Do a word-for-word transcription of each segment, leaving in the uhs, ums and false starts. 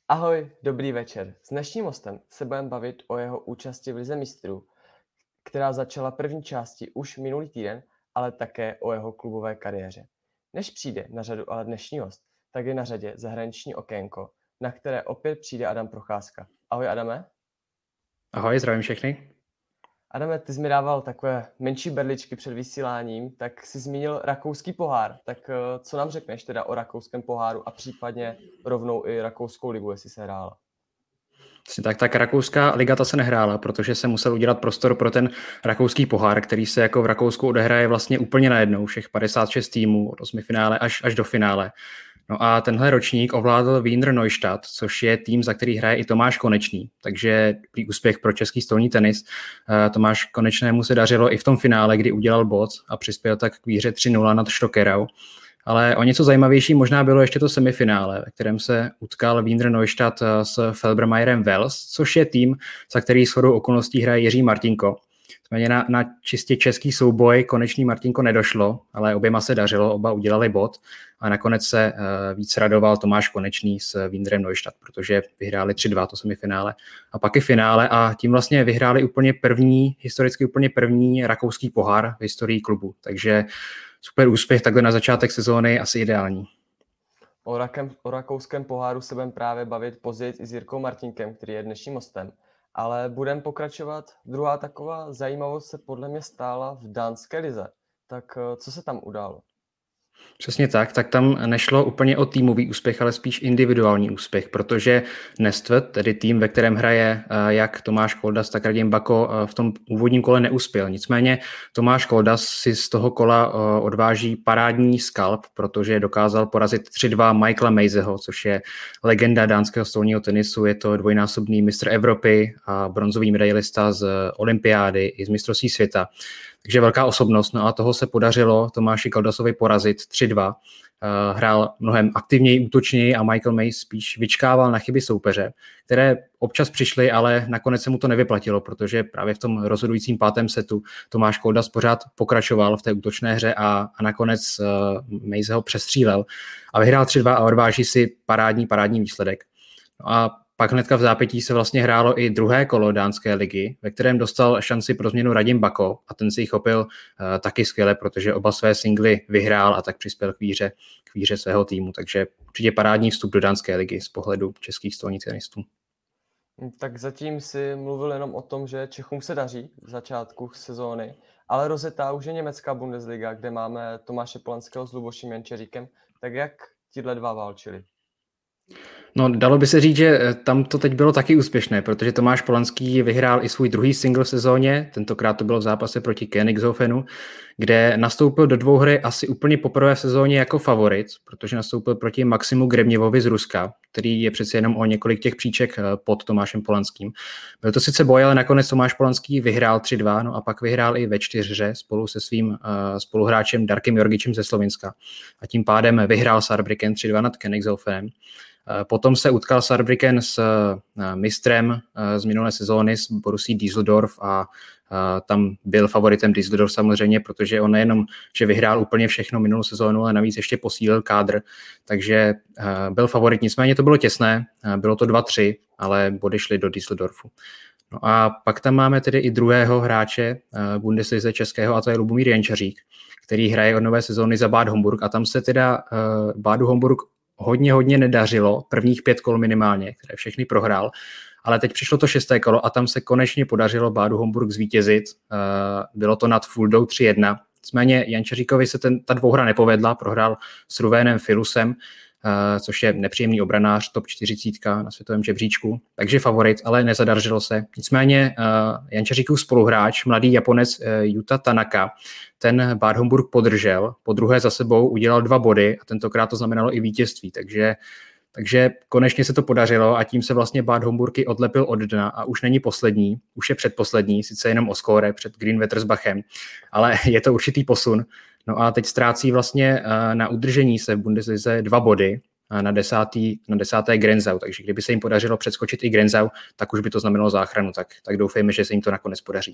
Ahoj, dobrý večer. S dnešním hostem se budeme bavit o jeho účasti v Lize mistrů, která začala první části už minulý týden, ale také o jeho klubové kariéře. Než přijde na řadu ale dnešní host, tak je na řadě zahraniční okénko, na které opět přijde Adam Procházka. Ahoj Adame. Ahoj, zdravím všechny. Adame, ty jsi mi dával takové menší berličky před vysíláním, tak jsi zmínil rakouský pohár. Tak co nám řekneš teda o rakouském poháru a případně rovnou i rakouskou ligu, jestli se hrála? Tak, tak rakouská liga ta se nehrála, protože se musel udělat prostor pro ten rakouský pohár, který se jako v Rakousku odehraje vlastně úplně najednou, všech padesát šest týmů od osmi finále až, až do finále. No a tenhle ročník ovládl Wiener Neustadt, což je tým, za který hraje i Tomáš Konečný. Takže úspěch pro český stolní tenis. Tomáš Konečnému se dařilo i v tom finále, kdy udělal bod a přispěl tak k výhře tři nula nad Stockerau. Ale o něco zajímavější možná bylo ještě to semifinále, ve kterém se utkal Wiener Neustadt s Felbermayerem Wels, což je tým, za který shodou okolností hraje Jiří Martinko. Nicméně na, na čistě český souboj Konečný Martinko nedošlo, ale oběma se dařilo, oba udělali bod a nakonec se uh, víc radoval Tomáš Konečný s Wienerem Neustadt, protože vyhráli tři dva to semifinále a pak i finále a tím vlastně vyhráli úplně první, historicky úplně první rakouský pohár v historii klubu, takže super úspěch takhle na začátek sezóny, asi ideální. O, rakem, o rakouském poháru se budeme právě bavit později i s Jirkou Martinkem, který je dnešním hostem. Ale budeme pokračovat. Druhá taková zajímavost se podle mě stála v dánské lize. Tak co se tam událo? Přesně tak, tak tam nešlo úplně o týmový úspěch, ale spíš individuální úspěch, protože Næstved, tedy tým, ve kterém hraje jak Tomáš Koldas, tak Radim Bako, v tom úvodním kole neuspěl. Nicméně Tomáš Koldas si z toho kola odváží parádní skalp, protože dokázal porazit tři dva Michaela Mejzeho, což je legenda dánského stolního tenisu, je to dvojnásobný mistr Evropy a bronzový medailista z olympiády i z mistrovství světa. Takže velká osobnost, no a toho se podařilo Tomáši Koldasovi porazit tři dva. Uh, hrál mnohem aktivněji, útočněji a Michael Mays spíš vyčkával na chyby soupeře, které občas přišly, ale nakonec se mu to nevyplatilo, protože právě v tom rozhodujícím pátém setu Tomáš Koldas pořád pokračoval v té útočné hře a, a nakonec uh, Mays ho přestřílel a vyhrál tři dva a odváží si parádní, parádní výsledek. No a pak hnedka v zápětí se vlastně hrálo i druhé kolo dánské ligy, ve kterém dostal šanci pro změnu Radim Bako a ten si ji chopil uh, taky skvěle, protože oba své singly vyhrál a tak přispěl k výhře, k výhře svého týmu. Takže určitě parádní vstup do dánské ligy z pohledu českých stolních tenistů. Tak zatím si mluvil jenom o tom, že Čechům se daří v začátku sezóny, ale rozjetá už je německá Bundesliga, kde máme Tomáše Polanského s Lubošem Jančeříkem. Tak jak tihle dva válčili? No, dalo by se říct, že tam to teď bylo taky úspěšné, protože Tomáš Polanský vyhrál i svůj druhý single v sezóně, tentokrát to bylo v zápase proti Königshofenu, kde nastoupil do dvouhry asi úplně poprvé v sezóně jako favorit, protože nastoupil proti Maximu Gremněvovi z Ruska, který je přeci jenom o několik těch příček pod Tomášem Polanským. Byl to sice boj, ale nakonec Tomáš Polanský vyhrál tři dva, no a pak vyhrál i ve čtyřhře spolu se svým uh, spoluhráčem Darkem Jorgičem ze Slovinska. A tím pádem vyhrál Saarbrücken tři dva nad Königshofenem. Potom se utkal Saarbrücken s mistrem z minulé sezóny, s Borussí Düsseldorf a tam byl favoritem Düsseldorf samozřejmě, protože on nejenom, že vyhrál úplně všechno minulou sezónu, ale navíc ještě posílil kádr, takže byl favorit. Nicméně to bylo těsné, bylo to dva tři, ale body šly do Düsseldorfu. No a pak tam máme tedy i druhého hráče Bundeslize českého a to je Lubomír Jančařík, který hraje od nové sezóny za Bad Homburg a tam se teda Badu Homburg hodně, hodně nedařilo, prvních pět kol minimálně, které všechny prohrál, ale teď přišlo to šesté kolo a tam se konečně podařilo Badu Homburg zvítězit. Bylo to nad Fuldou tři jedna. Nicméně Jančaříkovi se ten, ta dvouhra nepovedla, prohrál s Ruvénem Filusem, což je nepříjemný obranář, top čtyřicet na světovém žebříčku, takže favorit, ale nezadařilo se. Nicméně Jančaříkův spoluhráč, mladý Japonec Yuta Tanaka, ten Bad Homburg podržel, po druhé za sebou udělal dva body a tentokrát to znamenalo i vítězství, takže, takže konečně se to podařilo a tím se vlastně Bad Homburg odlepil od dna a už není poslední, už je předposlední, sice jenom o skóre před Greenwettersbachem, ale je to určitý posun. No a teď ztrácí vlastně na udržení se v Bundeslize dva body na, desátý, na desáté Grenzau, takže kdyby se jim podařilo předskočit i Grenzau, tak už by to znamenalo záchranu, tak, tak doufejme, že se jim to nakonec podaří.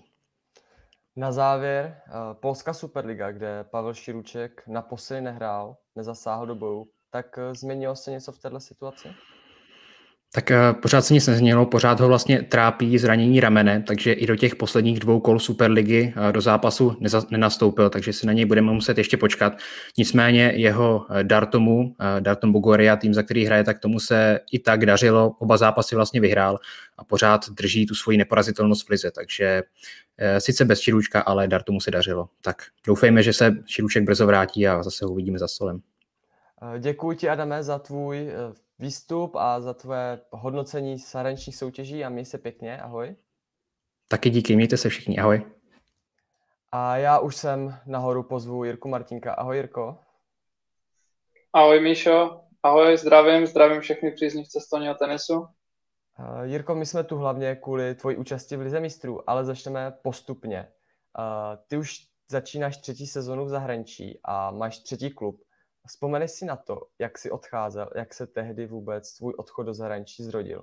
Na závěr Polská Superliga, kde Pavel Širuček naposledy nehrál, nezasáhl do boju, tak změnilo se něco v této situaci? Tak uh, pořád se nic nezměnilo, pořád ho vlastně trápí zranění ramene, takže i do těch posledních dvou kol Superligy uh, do zápasu neza- nenastoupil, takže si na něj budeme muset ještě počkat. Nicméně jeho uh, Dartomu, uh, Darton Bogoria, tým, za který hraje, tak tomu se i tak dařilo, oba zápasy vlastně vyhrál a pořád drží tu svoji neporazitelnost v lize, takže uh, sice bez Čirůčka, ale Dartomu se dařilo. Tak doufejme, že se Čirůček brzo vrátí a zase ho uvidíme za stolem. Děkuji ti, Adame, za tvůj výstup a za tvé hodnocení zahraničních soutěží a měj se pěkně, ahoj. Taky díky, mějte se všichni, ahoj. A já už jsem nahoru pozvu Jirku Martinka. Ahoj, Jirko. Ahoj, Míšo. Ahoj, zdravím, zdravím všechny příznivce stolního tenisu. Jirko, my jsme tu hlavně kvůli tvojí účasti v Lize mistrů, ale začneme postupně. Ty už začínáš třetí sezonu v zahraničí a máš třetí klub. Vzpomeneš si na to, jak jsi odcházel, jak se tehdy vůbec tvůj odchod do zahraničí zrodil?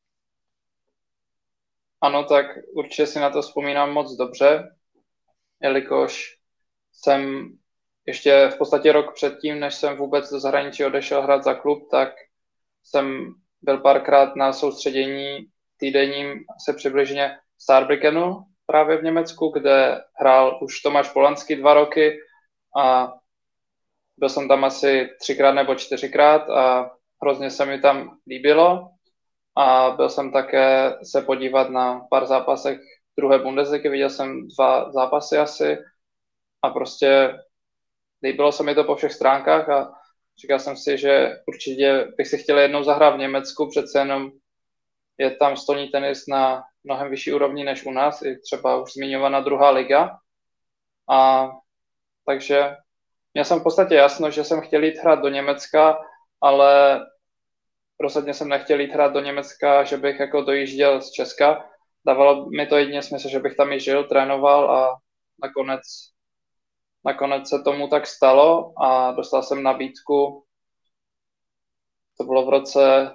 Ano, tak určitě si na to vzpomínám moc dobře, jelikož jsem ještě v podstatě rok předtím, než jsem vůbec do zahraničí odešel hrát za klub, tak jsem byl párkrát na soustředění týdenním se přibližně v Saarbrückenu právě v Německu, kde hrál už Tomáš Polanský dva roky a byl jsem tam asi třikrát nebo čtyřikrát a hrozně se mi tam líbilo a byl jsem také se podívat na pár zápasech druhé Bundesligy, viděl jsem dva zápasy asi a prostě líbilo se mi to po všech stránkách a říkal jsem si, že určitě bych si chtěl jednou zahrát v Německu, přece jenom je tam stolní tenis na mnohem vyšší úrovni než u nás, i třeba už zmiňovaná druhá liga. A takže měl jsem v podstatě jasno, že jsem chtěl jít hrát do Německa, ale rozhodně jsem nechtěl jít hrát do Německa, že bych jako dojížděl z Česka. Dávalo mi to jedině smysl, že bych tam i žil, trénoval a nakonec, nakonec se tomu tak stalo a dostal jsem nabídku, to bylo v roce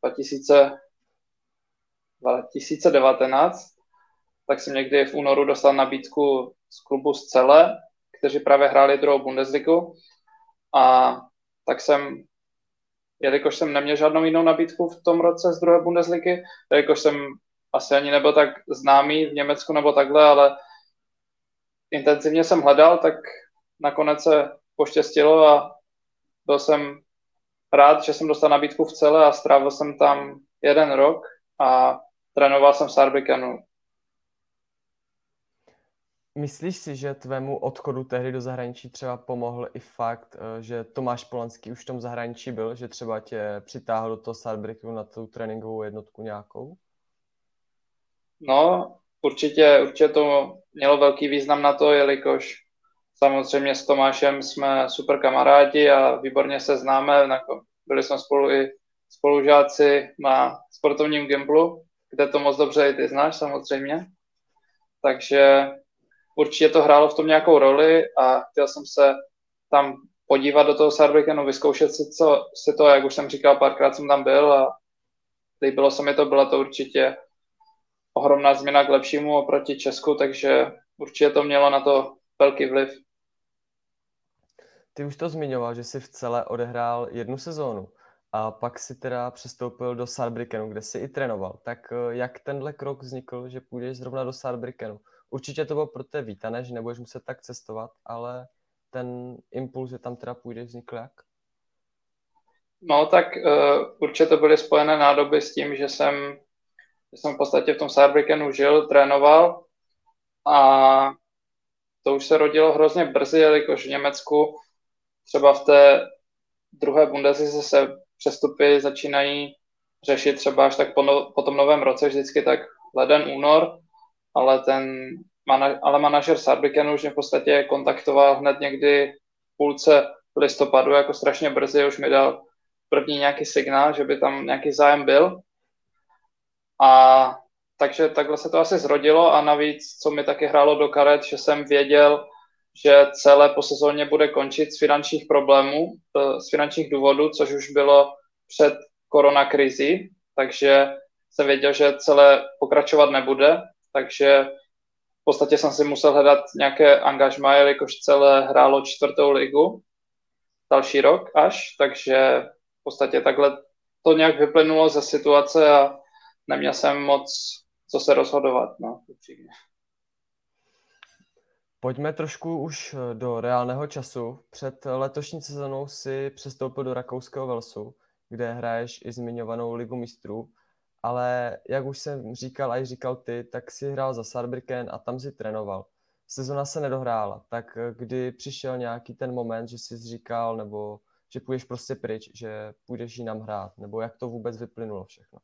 dva tisíce devatenáct, tak jsem někdy v únoru dostal nabídku z klubu z Celle, kteří právě hráli druhou Bundesligu a tak jsem, jelikož jsem neměl žádnou jinou nabídku v tom roce z druhé Bundesligy, jelikož jsem asi ani nebyl tak známý v Německu nebo takhle, ale intenzivně jsem hledal, tak nakonec se poštěstilo a byl jsem rád, že jsem dostal nabídku v Celle a strávil jsem tam jeden rok a trénoval jsem v Saarbrückenu. Myslíš si, že tvému odchodu tehdy do zahraničí třeba pomohl i fakt, že Tomáš Polanský už v tom zahraničí byl, že třeba tě přitáhl do toho Saarbrückenu na tu tréninkovou jednotku nějakou? No, určitě, určitě to mělo velký význam na to, jelikož samozřejmě s Tomášem jsme super kamarádi a výborně se známe. Byli jsme spolu i spolužáci na sportovním Gimplu, kde to moc dobře i ty znáš samozřejmě. Takže určitě to hrálo v tom nějakou roli a chtěl jsem se tam podívat do toho Saarbrückenu, vyzkoušet si, co, si to, jak už jsem říkal, párkrát jsem tam byl a líbilo se mi to, byla to určitě ohromná změna k lepšímu oproti Česku, takže určitě to mělo na to velký vliv. Ty už to zmiňoval, že jsi v Celle odehrál jednu sezónu a pak si teda přestoupil do Saarbrückenu, kde jsi i trénoval. Tak jak tenhle krok vznikl, že půjdeš zrovna do Saarbrückenu? Určitě to bylo pro tebe vítané, že nebudeš muset tak cestovat, ale ten impuls, že tam teda půjdeš, vznikl jak? No tak uh, určitě to byly spojené nádoby s tím, že jsem, že jsem v podstatě v tom Saarbrückenu žil, trénoval a to už se rodilo hrozně brzy, jelikož v Německu třeba v té druhé Bundeslize se přestupy začínají řešit třeba až tak po, no, po tom novém roce, vždycky tak leden, únor, ale ten ale manažer Saarbrückenu už mě v podstatě kontaktoval hned někdy v půlce listopadu, jako strašně brzy, už mi dal první nějaký signál, že by tam nějaký zájem byl. A takže takhle se to asi zrodilo a navíc, co mi taky hrálo do karet, že jsem věděl, že celé po sezóně bude končit z finančních problémů, z finančních důvodů, což už bylo před koronakrizí, takže jsem věděl, že celé pokračovat nebude, takže v podstatě jsem si musel hledat nějaké angažmá, jelikož celé hrálo čtvrtou ligu další rok až, takže v podstatě takhle to nějak vyplynulo ze situace a neměl jsem moc co se rozhodovat, no, upřímně. Pojďme trošku už do reálného času. Před letošní sezónou si přestoupil do rakouského Velsu, kde hraješ i zmiňovanou Ligu mistrů, ale jak už jsem říkal a i říkal ty, tak si hrál za Saarbrücken a tam si trénoval. Sezona se nedohrála, tak kdy přišel nějaký ten moment, že jsi říkal, nebo že půjdeš prostě pryč, že půjdeš jinam hrát, nebo jak to vůbec vyplynulo všechno?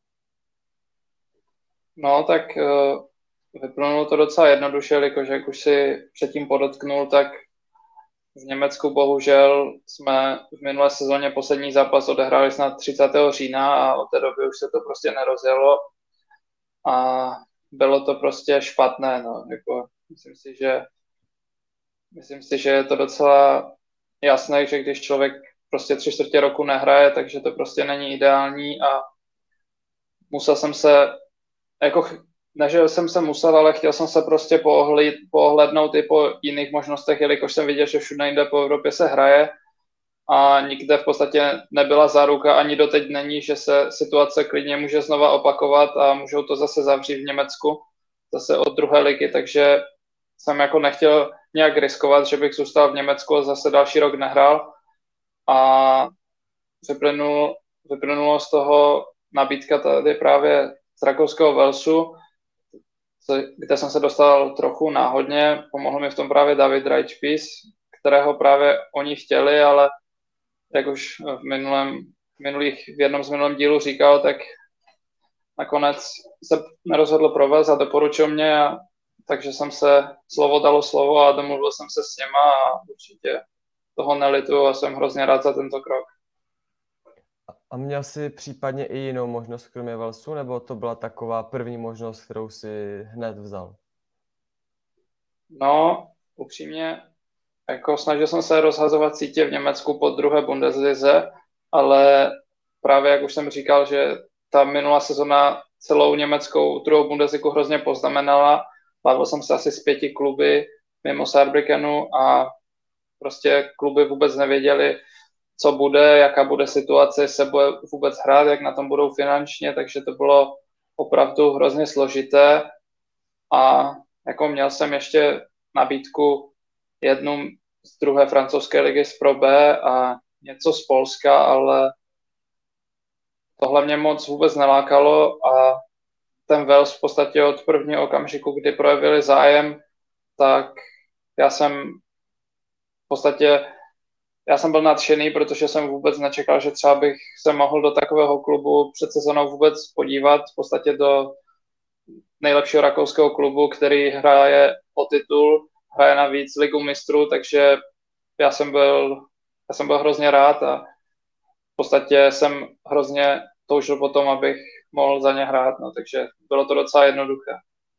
No, tak uh, vyplynulo to docela jednoduše, jakože jak už si předtím podotknul, tak v Německu bohužel jsme v minulé sezóně poslední zápas odehráli snad třicátého října a od té doby už se to prostě nerozjelo a bylo to prostě špatné, no, jako myslím si, že myslím si, že je to docela jasné, že když člověk prostě tři čtvrtě roku nehraje, takže to prostě není ideální a musel jsem se, jako ne, že jsem se musel, ale chtěl jsem se prostě poohled, poohlednout i po jiných možnostech, jelikož jsem viděl, že všude jinde po Evropě se hraje a nikde v podstatě nebyla záruka, ani doteď není, že se situace klidně může znova opakovat a můžou to zase zavřít v Německu, zase od druhé ligy, takže jsem jako nechtěl nějak riskovat, že bych zůstal v Německu a zase další rok nehrál a vyplynul, vyplynulo z toho nabídka tady právě z rakouského Velsu, kde jsem se dostal trochu náhodně, pomohl mi v tom právě David Rajčpis, kterého právě oni chtěli, ale jak už v minulém, minulých, v jednom z minulém dílu říkal, tak nakonec se nerozhodl pro Vels a doporučil mě, a, takže jsem se slovo dalo slovo a domluvil jsem se s něma a určitě toho nelituju a jsem hrozně rád za tento krok. A měl jsi případně i jinou možnost kromě Velsu, nebo to byla taková první možnost, kterou si hned vzal? No, upřímně, jako snažil jsem se rozhazovat sítě v Německu po druhé Bundeslize, ale právě jak už jsem říkal, že ta minulá sezona celou německou druhou Bundesligu hrozně poznamenala. Bavil jsem se asi s pěti kluby mimo Saarbrückenu a prostě kluby vůbec nevěděli, co bude, jaká bude situace, se bude vůbec hrát, jak na tom budou finančně, takže to bylo opravdu hrozně složité a jako měl jsem ještě nabídku jednu z druhé francouzské ligy z Pro B a něco z Polska, ale tohle mě moc vůbec nelákalo a ten Wales v podstatě od prvního okamžiku, kdy projevili zájem, tak já jsem v podstatě Já jsem byl nadšený, protože jsem vůbec nečekal, že třeba bych se mohl do takového klubu před sezónou vůbec podívat, v podstatě do nejlepšího rakouského klubu, který hraje o titul, hraje navíc Ligu mistrů, takže já jsem byl, já jsem byl hrozně rád a v podstatě jsem hrozně toužil po tom, abych mohl za ně hrát, no, takže bylo to docela jednoduché.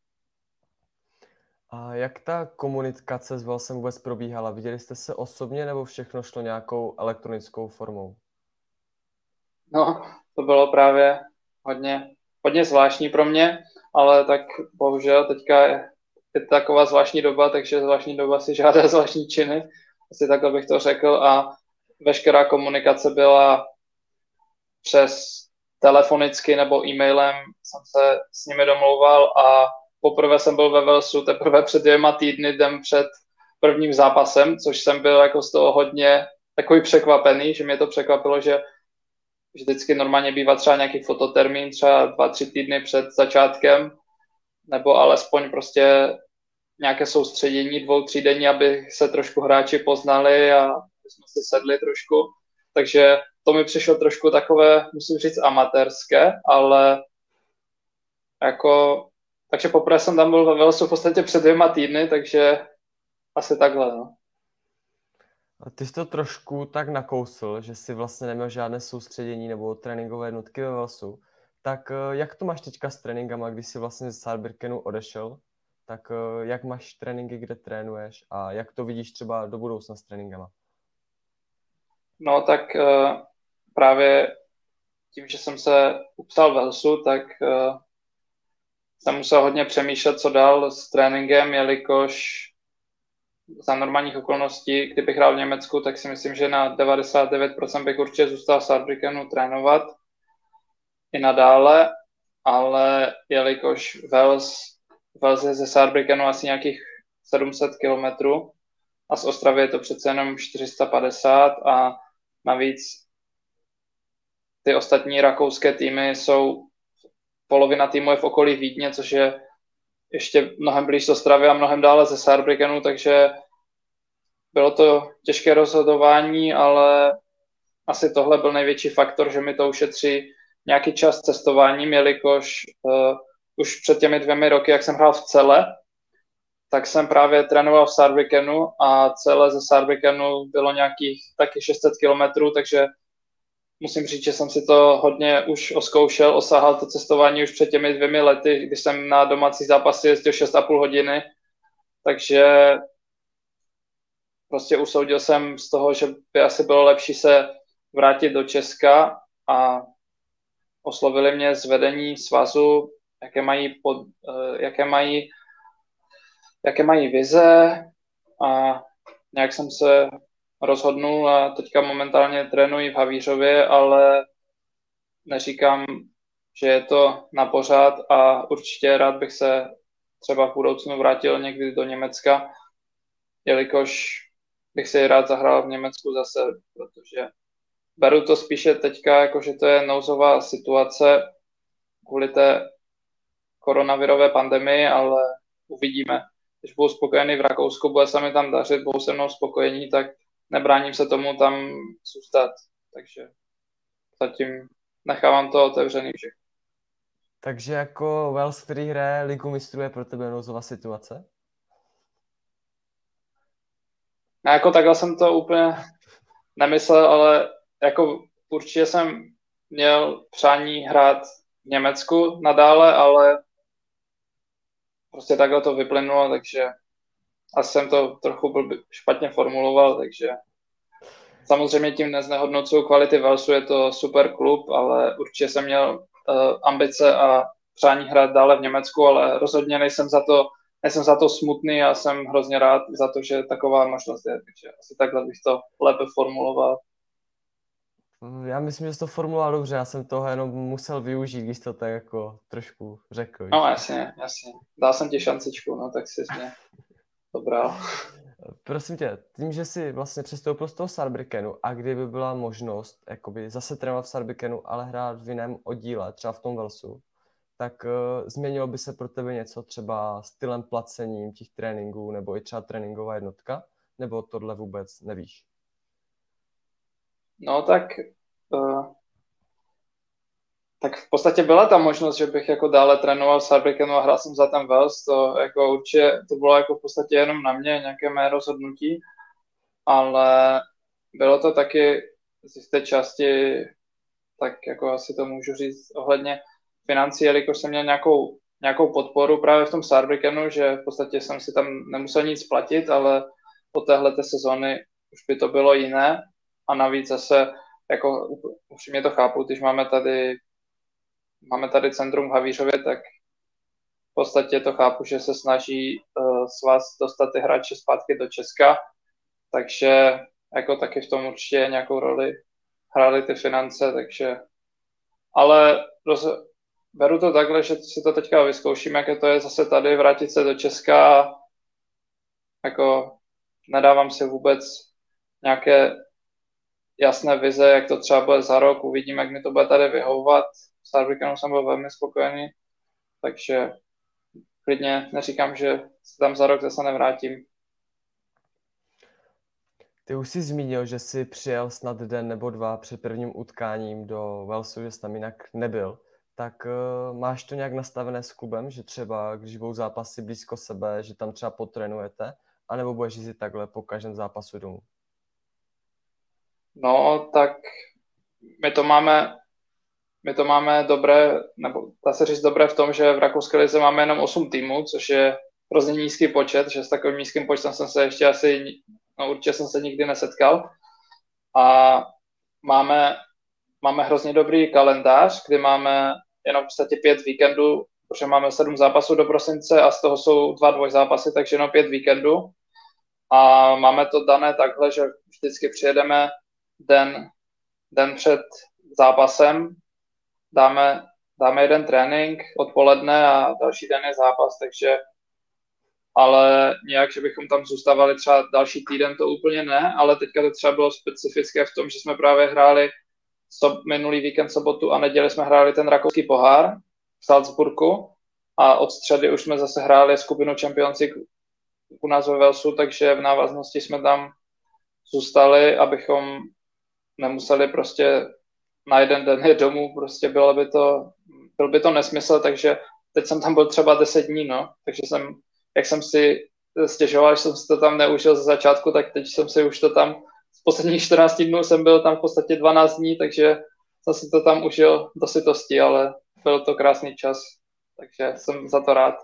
A jak ta komunikace s Velsem vůbec probíhala? Viděli jste se osobně nebo všechno šlo nějakou elektronickou formou? No, to bylo právě hodně, hodně zvláštní pro mě, ale tak bohužel teďka je, je taková zvláštní doba, takže zvláštní doba si žádá zvláštní činy, asi takhle bych to řekl a veškerá komunikace byla přes telefonicky nebo e-mailem, jsem se s nimi domlouval a poprvé jsem byl ve Velsu teprve před dvěma týdny, den před prvním zápasem, což jsem byl jako z toho hodně takový překvapený, že mě to překvapilo, že vždycky normálně bývá třeba nějaký fototermín, třeba dva, tři týdny před začátkem, nebo alespoň prostě nějaké soustředění dvou, tří denní, aby se trošku hráči poznali a jsme si sedli trošku. Takže to mi přišlo trošku takové, musím říct, amatérské, ale jako takže poprvé jsem tam byl ve Velsu v podstatě před dvěma týdny, takže asi takhle, no. A ty jsi to trošku tak nakousl, že jsi vlastně neměl žádné soustředění nebo tréninkové jednotky ve Velsu. Tak jak to máš teďka s tréninkama, když jsi vlastně z Saarbrückenu odešel? Tak jak máš tréninky, kde trénuješ a jak to vidíš třeba do budoucna s tréninkama? No tak právě tím, že jsem se upsal Velsu, tak jsem musel hodně přemýšlet, co dál s tréninkem, jelikož za normálních okolností, kdybych hrál v Německu, tak si myslím, že na devadesát devět procent bych určitě zůstal v Saarbrückenu trénovat. i nadále, ale jelikož Wales, Wales je ze Saarbrückenu asi nějakých sedm set kilometrů a z Ostravy je to přece jenom čtyři sta padesát a navíc ty ostatní rakouské týmy jsou, polovina týmu je v okolí Vídně, což je ještě mnohem blíž z Ostravy a mnohem dále ze Saarbrückenu, takže bylo to těžké rozhodování, ale asi tohle byl největší faktor, že mi to ušetří nějaký čas cestováním, jelikož uh, už před těmi dvěmi roky, jak jsem hrál v Celle, tak jsem právě trénoval v Saarbrückenu a Celle ze Saarbrückenu bylo nějakých taky šest set kilometrů, takže musím říct, že jsem si to hodně už oskoušel, osahal to cestování už před těmi dvěmi lety, když jsem na domácí zápasy jezdil šest a půl hodiny, takže prostě usoudil jsem z toho, že by asi bylo lepší se vrátit do Česka a oslovili mě z vedení svazu, jaké mají, pod, jaké mají, jaké mají vize a nějak jsem se rozhodnul a teďka momentálně trénuji v Havířově, ale neříkám, že je to na pořád a určitě rád bych se třeba v budoucnu vrátil někdy do Německa, jelikož bych si rád zahrál v Německu zase, protože beru to spíše teďka, jako že to je nouzová situace kvůli té koronavirové pandemii, ale uvidíme. Když budu spokojený v Rakousku, bude se mi tam dařit, budou se mnou spokojení, tak nebráním se tomu tam zůstat. Takže zatím nechávám to otevřený všechno. Takže jako Wales, který hraje Ligu mistrů, je pro tebe nouzová situace? No, jako takhle jsem to úplně nemyslel, ale jako určitě jsem měl přání hrát v Německu nadále, ale prostě takhle to vyplynulo, takže asi jsem to trochu blbě, špatně formuloval, takže samozřejmě tím neznehodnocuju kvality Walesu, je to super klub, ale určitě jsem měl uh, ambice a přání hrát dále v Německu, ale rozhodně nejsem za to, nejsem za to smutný a jsem hrozně rád za to, že taková možnost je, takže asi takhle bych to lépe formuloval. Já myslím, že jsi to formuloval dobře, já jsem toho jenom musel využít, když to tak jako trošku řekl. No jasně, jasně. Dal jsem ti šancičku, no tak si mě dobral. Prosím tě, tím, že jsi vlastně přestoupil z toho Saarbrückenu a kdyby byla možnost jakoby zase trénovat v Saarbrückenu, ale hrát v jiném oddíle, třeba v tom Walesu, tak uh, změnilo by se pro tebe něco třeba stylem placením těch tréninků nebo i třeba tréninková jednotka? Nebo tohle vůbec nevíš? No tak, uh, tak v podstatě byla ta možnost, že bych jako dále trénoval v Saarbrückenu a hrál jsem za ten Wales, to jako určitě, to bylo jako v podstatě jenom na mě, nějaké mé rozhodnutí, ale bylo to taky z té části, tak jako asi to můžu říct ohledně financí, jelikož jsem měl nějakou, nějakou podporu právě v tom Saarbrückenu, že v podstatě jsem si tam nemusel nic platit, ale po téhleté sezóny už by to bylo jiné. A navíc zase, jako upřímně to chápu, když máme tady, máme tady centrum v Havířově, tak v podstatě to chápu, že se snaží uh, svaz dostat ty hráče zpátky do Česka, takže jako taky v tom určitě nějakou roli hrály ty finance, takže ale roz, beru to takhle, že si to teďka vyzkouším, jaké to je zase tady, vrátit se do Česka a jako nedávám si vůbec nějaké jasné vize, jak to třeba bude za rok, uvidím, jak mi to bude tady vyhovovat. S Saarbrückenu jsem byl velmi spokojený, takže klidně neříkám, že se tam za rok zase nevrátím. Ty už jsi zmínil, že jsi přijel snad den nebo dva před prvním utkáním do Walesu, že jsi tam jinak nebyl. Tak uh, máš to nějak nastavené s klubem, že třeba když budou zápasy blízko sebe, že tam třeba potrénujete, anebo budeš jezdit takhle po každém zápasu domů? No, tak my to máme, my to máme dobré, nebo dá se říct dobré v tom, že v rakouské lize máme jenom osm týmů, což je hrozně nízký počet, že s takovým nízkým počtem jsem se ještě asi, no určitě jsem se nikdy nesetkal. A máme, máme hrozně dobrý kalendář, kdy máme jenom v podstatě pět víkendů, protože máme sedm zápasů do prosince a z toho jsou dva dvojzápasy, takže jenom pět víkendů. A máme to dané takhle, že vždycky přijedeme den, den před zápasem dáme, dáme jeden trénink odpoledne a další den je zápas, takže ale nějak, že bychom tam zůstávali třeba další týden, to úplně ne, ale teďka to třeba bylo specifické v tom, že jsme právě hráli sob, minulý víkend sobotu a neděli jsme hráli ten rakouský pohár v Salzburgu a od středy už jsme zase hráli skupinu Champions League u nás ve Walesu, takže v návaznosti jsme tam zůstali, abychom nemuseli prostě na jeden den jít domů, prostě bylo by to, byl by to nesmysl, takže teď jsem tam byl třeba deset dní, no, takže jsem, jak jsem si stěžoval, že jsem si to tam neužil ze začátku, tak teď jsem si už to tam, z posledních čtrnáct dnů jsem byl tam v podstatě dvanáct dní, takže jsem si to tam užil do sytosti, ale byl to krásný čas, takže jsem za to rád.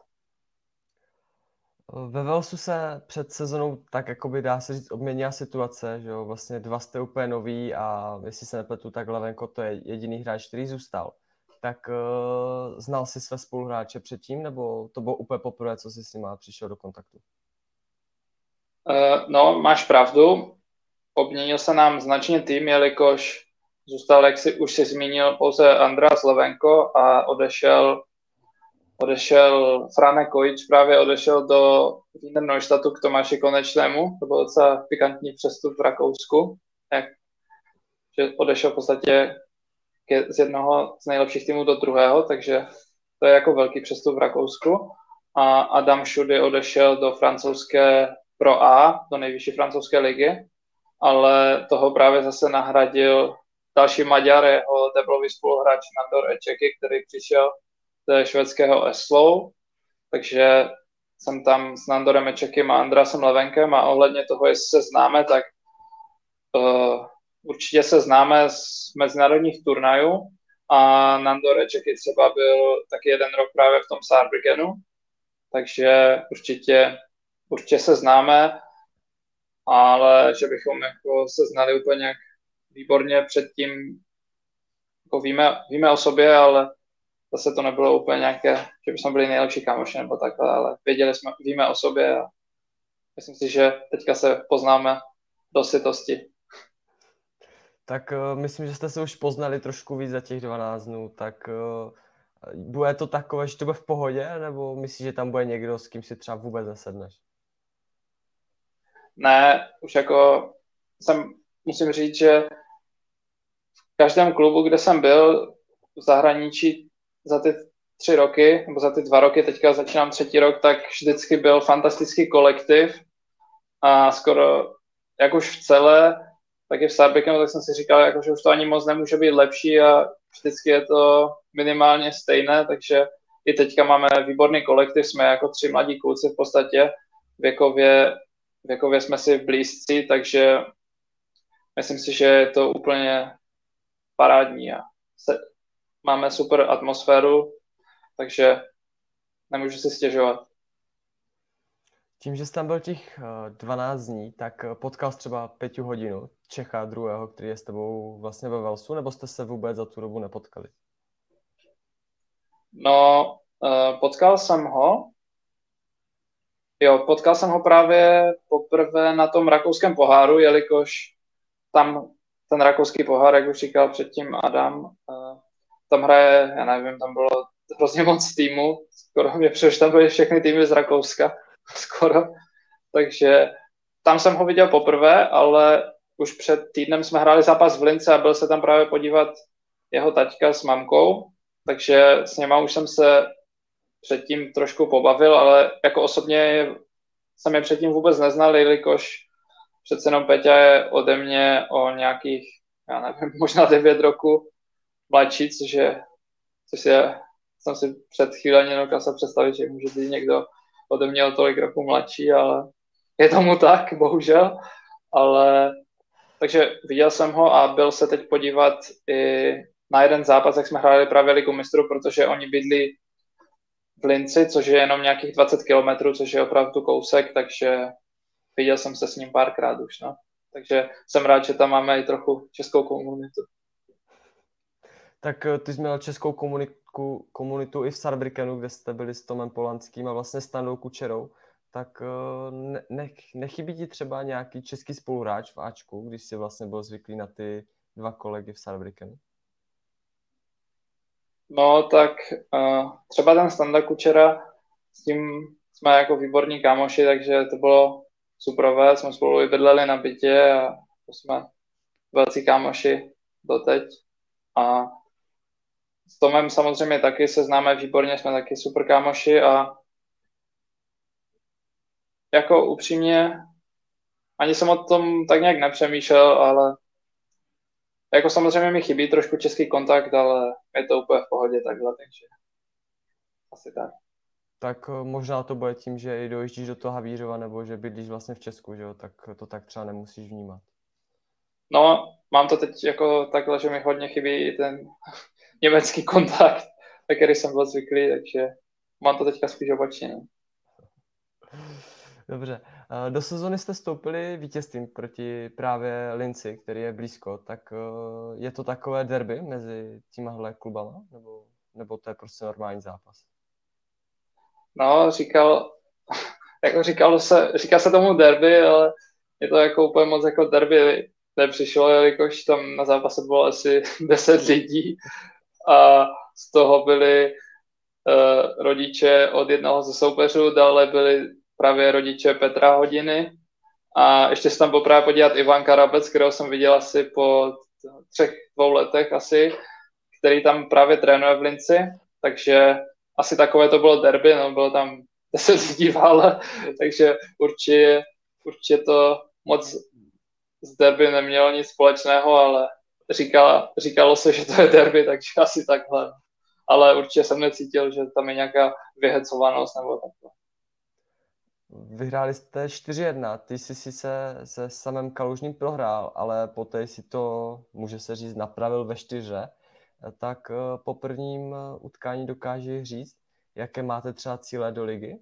Ve Walesu se před sezonou tak jakoby dá se říct obměnila situace, že jo, vlastně dva jste úplně noví a jestli se nepletu, tak Levenko to je jediný hráč, který zůstal. Tak uh, znal jsi své spoluhráče předtím, nebo to bylo úplně poprvé, co jsi s nima přišel do kontaktu? Uh, no, máš pravdu. Obměnil se nám značně tým, jelikož zůstal, jak si už si zmínil, pouze Andreas Levenko a odešel odešel Franek Kojič, právě odešel do Wiener Neustadtu k Tomáši Konečnému. To byl docela pikantní přestup v Rakousku. Jak, že odešel v podstatě ke, z jednoho z nejlepších týmů do druhého, takže to je jako velký přestup v Rakousku. A Adam Šudy odešel do francouzské Pro A, do nejvyšší francouzské ligy, ale toho právě zase nahradil další Maďar, jeho deblový spoluhráč Nandor Ečeky, který přišel ze švédského Eslou, takže jsem tam s Nandorem Ečekem a Andrasem Levenkem a ohledně toho, jestli se známe, tak uh, určitě se známe z mezinárodních turnajů a Nandor Ečeky třeba byl taky jeden rok právě v tom Saarbrückenu, takže určitě, určitě se známe, ale že bychom jako se znali úplně nějak výborně předtím, jako víme, víme o sobě, ale zase to nebylo úplně nějaké, že bychom byli nejlepší kámoši nebo takhle, ale věděli jsme, víme o sobě a myslím si, že teďka se poznáme do sytosti. Tak uh, myslím, že jste se už poznali trošku víc za těch dvanáct dnů, tak uh, bude to takové, že to bude v pohodě, nebo myslíš, že tam bude někdo, s kým si třeba vůbec nesedneš? Ne, už jako jsem, musím říct, že v každém klubu, kde jsem byl v zahraničí za ty tři roky, nebo za ty dva roky, teďka začínám třetí rok, tak vždycky byl fantastický kolektiv a skoro, jak už v celé, tak i v Saarbrückenu, tak jsem si říkal, jako, že už to ani moc nemůže být lepší a vždycky je to minimálně stejné, takže i teďka máme výborný kolektiv, jsme jako tři mladí kluci v podstatě, věkově, věkově jsme si blízcí, takže myslím si, že je to úplně parádní a se, máme super atmosféru, takže nemůžu si stěžovat. Tím, že jsi tam byl těch dvanáct dní, tak potkal jsi třeba Peťu Hodinu, Čecha druhého, který je s tebou vlastně ve Walesu, nebo jste se vůbec za tu dobu nepotkali? No, potkal jsem ho. Jo, potkal jsem ho právě poprvé na tom rakouském poháru, jelikož tam ten rakouský pohár, jak už říkal předtím Adam, tam hraje, já nevím, tam bylo hrozně moc týmů, skoro mě přišlo, že tam byly všechny týmy z Rakouska, skoro, takže tam jsem ho viděl poprvé, ale už před týdnem jsme hráli zápas v Lince a byl se tam právě podívat jeho taťka s mamkou, takže s něma už jsem se předtím trošku pobavil, ale jako osobně jsem je předtím vůbec neznal, jelikož přece jenom Peťa je ode mě o nějakých, já nevím, možná devět roku mladší, což je, což je, jsem si před chvíli ani nedokázal představit, že může být někdo ode mě o tolik roku mladší, ale je tomu tak, bohužel. Ale takže viděl jsem ho a byl se teď podívat i na jeden zápas, jak jsme hráli právě Ligu mistrů, protože oni bydlí v Linci, což je jenom nějakých dvacet kilometrů, což je opravdu kousek, takže viděl jsem se s ním párkrát už, no. Takže jsem rád, že tam máme i trochu českou komunitu. Tak ty jsi měl českou komuniku, komunitu i v Saarbrückenu, kde jste byli s Tomem Polanským a vlastně s Tandou Kučerou. Tak ne, ne, nechybí ti třeba nějaký český spoluhráč v Ačku, když jsi vlastně byl zvyklý na ty dva kolegy v Saarbrückenu? No tak uh, třeba ten Standa Kučera, s tím jsme jako výborní kámoši, takže to bylo superové, jsme spolu i bydleli na bytě a to jsme velcí kámoši doteď. A s Tomem samozřejmě taky se známe výborně, jsme taky super kámoši a jako upřímně ani jsem o tom tak nějak nepřemýšlel, ale jako samozřejmě mi chybí trošku český kontakt, ale je to úplně v pohodě takhle, takže asi tak. Tak uh, možná to bude tím, že i dojíždíš do toho Havířova, nebo že bydlíš vlastně v Česku, že jo? Tak to tak třeba nemusíš vnímat. No, mám to teď jako takhle, že mi hodně chybí ten německý kontakt, na který jsem byl zvyklý, takže mám to teďka spíš opačně. Dobře. Do sezony jste vstoupili vítězstvím proti právě Linci, který je blízko. Tak je to takové derby mezi těmahle klubama? Nebo, nebo to je prostě normální zápas? No, říkal, jako říkalo se, říká se tomu derby, ale je to jako úplně moc jako derby nepřišlo, jelikož tam na zápase bylo asi deset lidí a z toho byli uh, rodiče od jednoho ze soupeřů, dále byli právě rodiče Petra Hodiny a ještě se tam byl právě podívat Ivan Karabec, kterého jsem viděl asi po třech, dvou letech asi, který tam právě trénuje v Linci, takže asi takové to bylo derby, no, bylo tam deset lidí v hale, takže určitě, určitě to moc z derby nemělo nic společného, ale říkala, říkalo se, že to je derby, takže asi takhle. Ale určitě jsem necítil, že tam je nějaká vyhecovanost nebo takhle. Vyhráli jste čtyři jedna, ty jsi sice se samým Kalužním prohrál, ale poté si to, může se říct, napravil ve čtyře. Tak po prvním utkání dokážeš říct, jaké máte třeba cíle do ligy?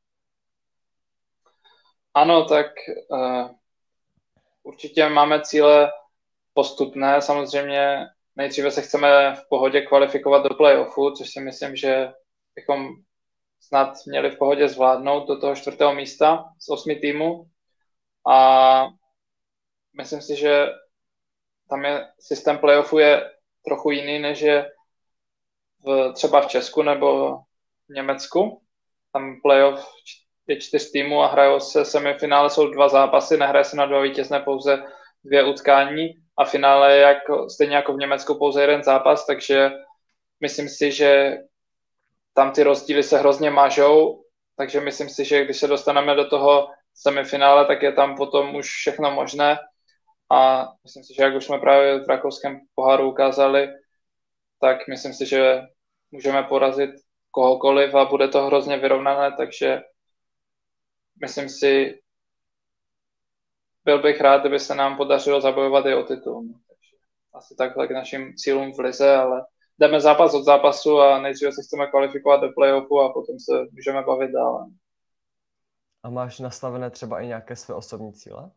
Ano, tak uh, určitě máme cíle postupné. Samozřejmě nejdříve se chceme v pohodě kvalifikovat do play-offu, což si myslím, že bychom snad měli v pohodě zvládnout do toho čtvrtého místa z osmi týmů. A myslím si, že tam je systém play-offu je trochu jiný, než je v, třeba v Česku nebo v Německu. Tam play-off je čtyř týmů a hrajou se semifinále, jsou dva zápasy, nehraje se na dva vítězné pouze dvě utkání a finále je jako, stejně jako v Německu pouze jeden zápas, takže myslím si, že tam ty rozdíly se hrozně mažou, takže myslím si, že když se dostaneme do toho semifinále, tak je tam potom už všechno možné a myslím si, že jak už jsme právě v rakouském poháru ukázali, tak myslím si, že můžeme porazit kohokoliv a bude to hrozně vyrovnané, takže myslím si, byl bych rád, kdyby se nám podařilo zabojovat i o titul. Takže asi takhle k našim cílům v lize, ale jdeme zápas od zápasu a nejdříve se chceme kvalifikovat do play-offu a potom se můžeme bavit dále. A máš nastavené třeba i nějaké své osobní cíle?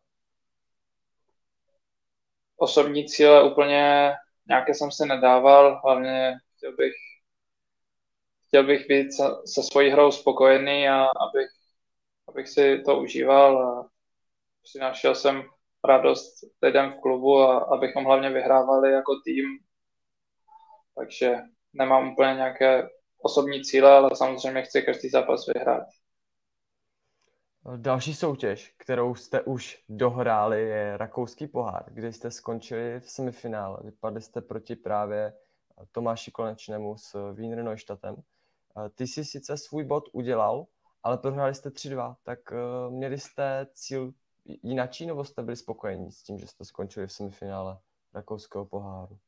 Osobní cíle úplně nějaké jsem si nedával, hlavně chtěl bych, chtěl bych být se svojí hrou spokojený a abych, abych si to užíval a přinášel jsem radost lidem v klubu a abychom hlavně vyhrávali jako tým. Takže nemám úplně nějaké osobní cíle, ale samozřejmě chci každý zápas vyhrát. Další soutěž, kterou jste už dohráli, je Rakouský pohár, kde jste skončili v semifinále. Vypadli jste proti právě Tomáši Konečnému s Wiener Neustadtem. Ty jsi sice svůj bod udělal, ale prohráli jste tři dva. Tak měli jste cíl jinačí, nebo jste byli spokojení s tím, že jste skončili v semifinále Rakouského poháru?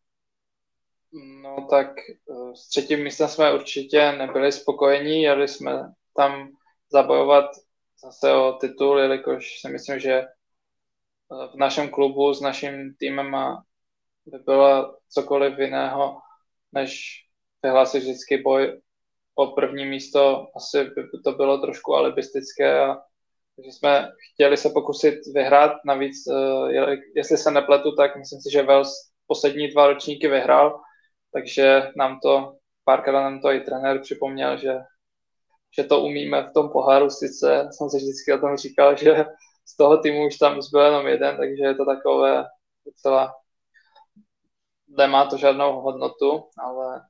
No tak s třetím místem jsme určitě nebyli spokojení, jeli jsme tam zabojovat zase o titul, jelikož si myslím, že v našem klubu s naším týmem by bylo cokoliv jiného, než vyhlásit vždycky boj o první místo. Asi by to bylo trošku alibistické, a takže jsme chtěli se pokusit vyhrát. Navíc, jestli se nepletu, tak myslím si, že Wales poslední dva ročníky vyhrál, takže nám to, párkrát nám to i trenér připomněl, že že to umíme v tom poháru, sice jsem se vždycky o tom říkal, že z toho týmu už tam zbyl jenom jeden, takže je to takové docela, nemá to žádnou hodnotu, ale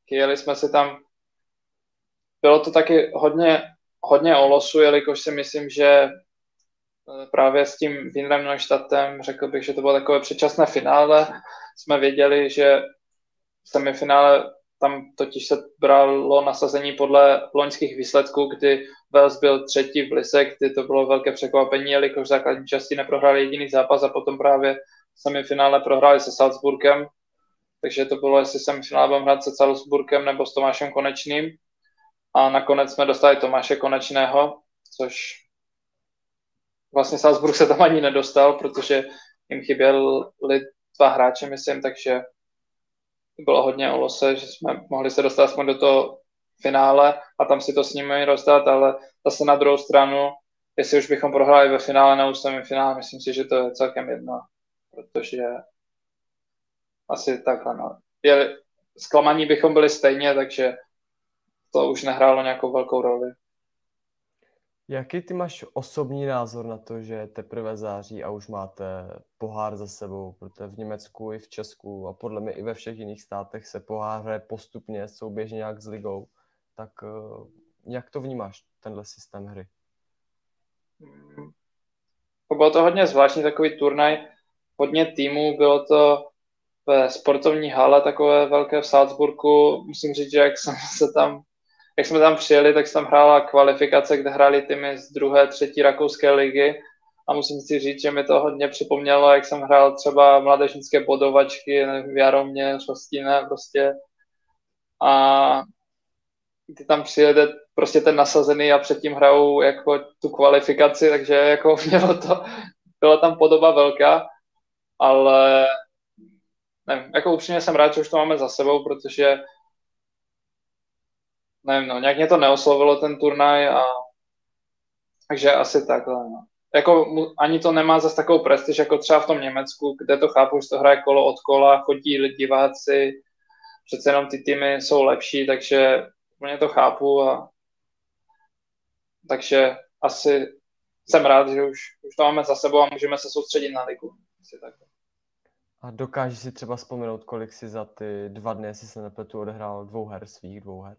Jeli jsme si tam, bylo to taky hodně, hodně o losu, jelikož si myslím, že právě s tím Wienerem Neustadtem, řekl bych, že to bylo takové předčasné finále. Jsme věděli, že v semifinále tam totiž se bralo nasazení podle loňských výsledků, kdy Wales byl třetí v Lise, kdy to bylo velké překvapení, jelikož v základní části neprohráli jediný zápas a potom právě v semifinále prohráli se Salzburgem. Takže to bylo, jestli semifinále budeme hrát se Salzburgem nebo s Tomášem Konečným. A nakonec jsme dostali Tomáše Konečného, což vlastně Salzburg se tam ani nedostal, protože jim chyběli dva hráče, myslím, takže bylo hodně o lose, že jsme mohli se dostat aspoň do toho finále a tam si to s nimi rozdat, ale zase na druhou stranu, jestli už bychom prohráli ve finále nebo v semifinále, myslím si, že to je celkem jedno, protože asi takhle, no. Je, zklamaní bychom byli stejně, takže to už nehrálo nějakou velkou roli. Jaký ty máš osobní názor na to, že teprve září a už máte pohár za sebou, protože v Německu i v Česku a podle mě i ve všech jiných státech se pohár hraje postupně, souběžně nějak s ligou, tak jak to vnímáš, tenhle systém hry? Bylo to hodně zvláštní takový turnaj, hodně týmů, bylo to ve sportovní hale takové velké v Salzburgu, musím říct, že jak jsem se tam Jak jsme tam přijeli, tak se tam hrála kvalifikace, kde hráli týmy z druhé, třetí rakouské ligy a musím si říct, že mi to hodně připomnělo, jak jsem hrál třeba mládežnické bodovačky, nevím, v Jaromě, Šostíne prostě. A ty tam přijede prostě ten nasazený a předtím hrajou jako tu kvalifikaci, takže jako mělo to, byla tam podoba velká, ale nevím, jako upřímně jsem rád, že už to máme za sebou, protože nevím, no, nějak mě to neoslovilo ten turnaj a takže asi takhle, no. Jako ani to nemá zase takovou prestiž, jako třeba v tom Německu, kde to chápu, že to hraje kolo od kola, chodí diváci, přece jenom ty týmy jsou lepší, takže úplně to chápu a takže asi jsem rád, že už, už to máme za sebou a můžeme se soustředit na ligu. Asi takhle. A dokážeš si třeba vzpomenout, kolik si za ty dva dny, jestli se nepletu, odehrál dvou her, svých dvou her?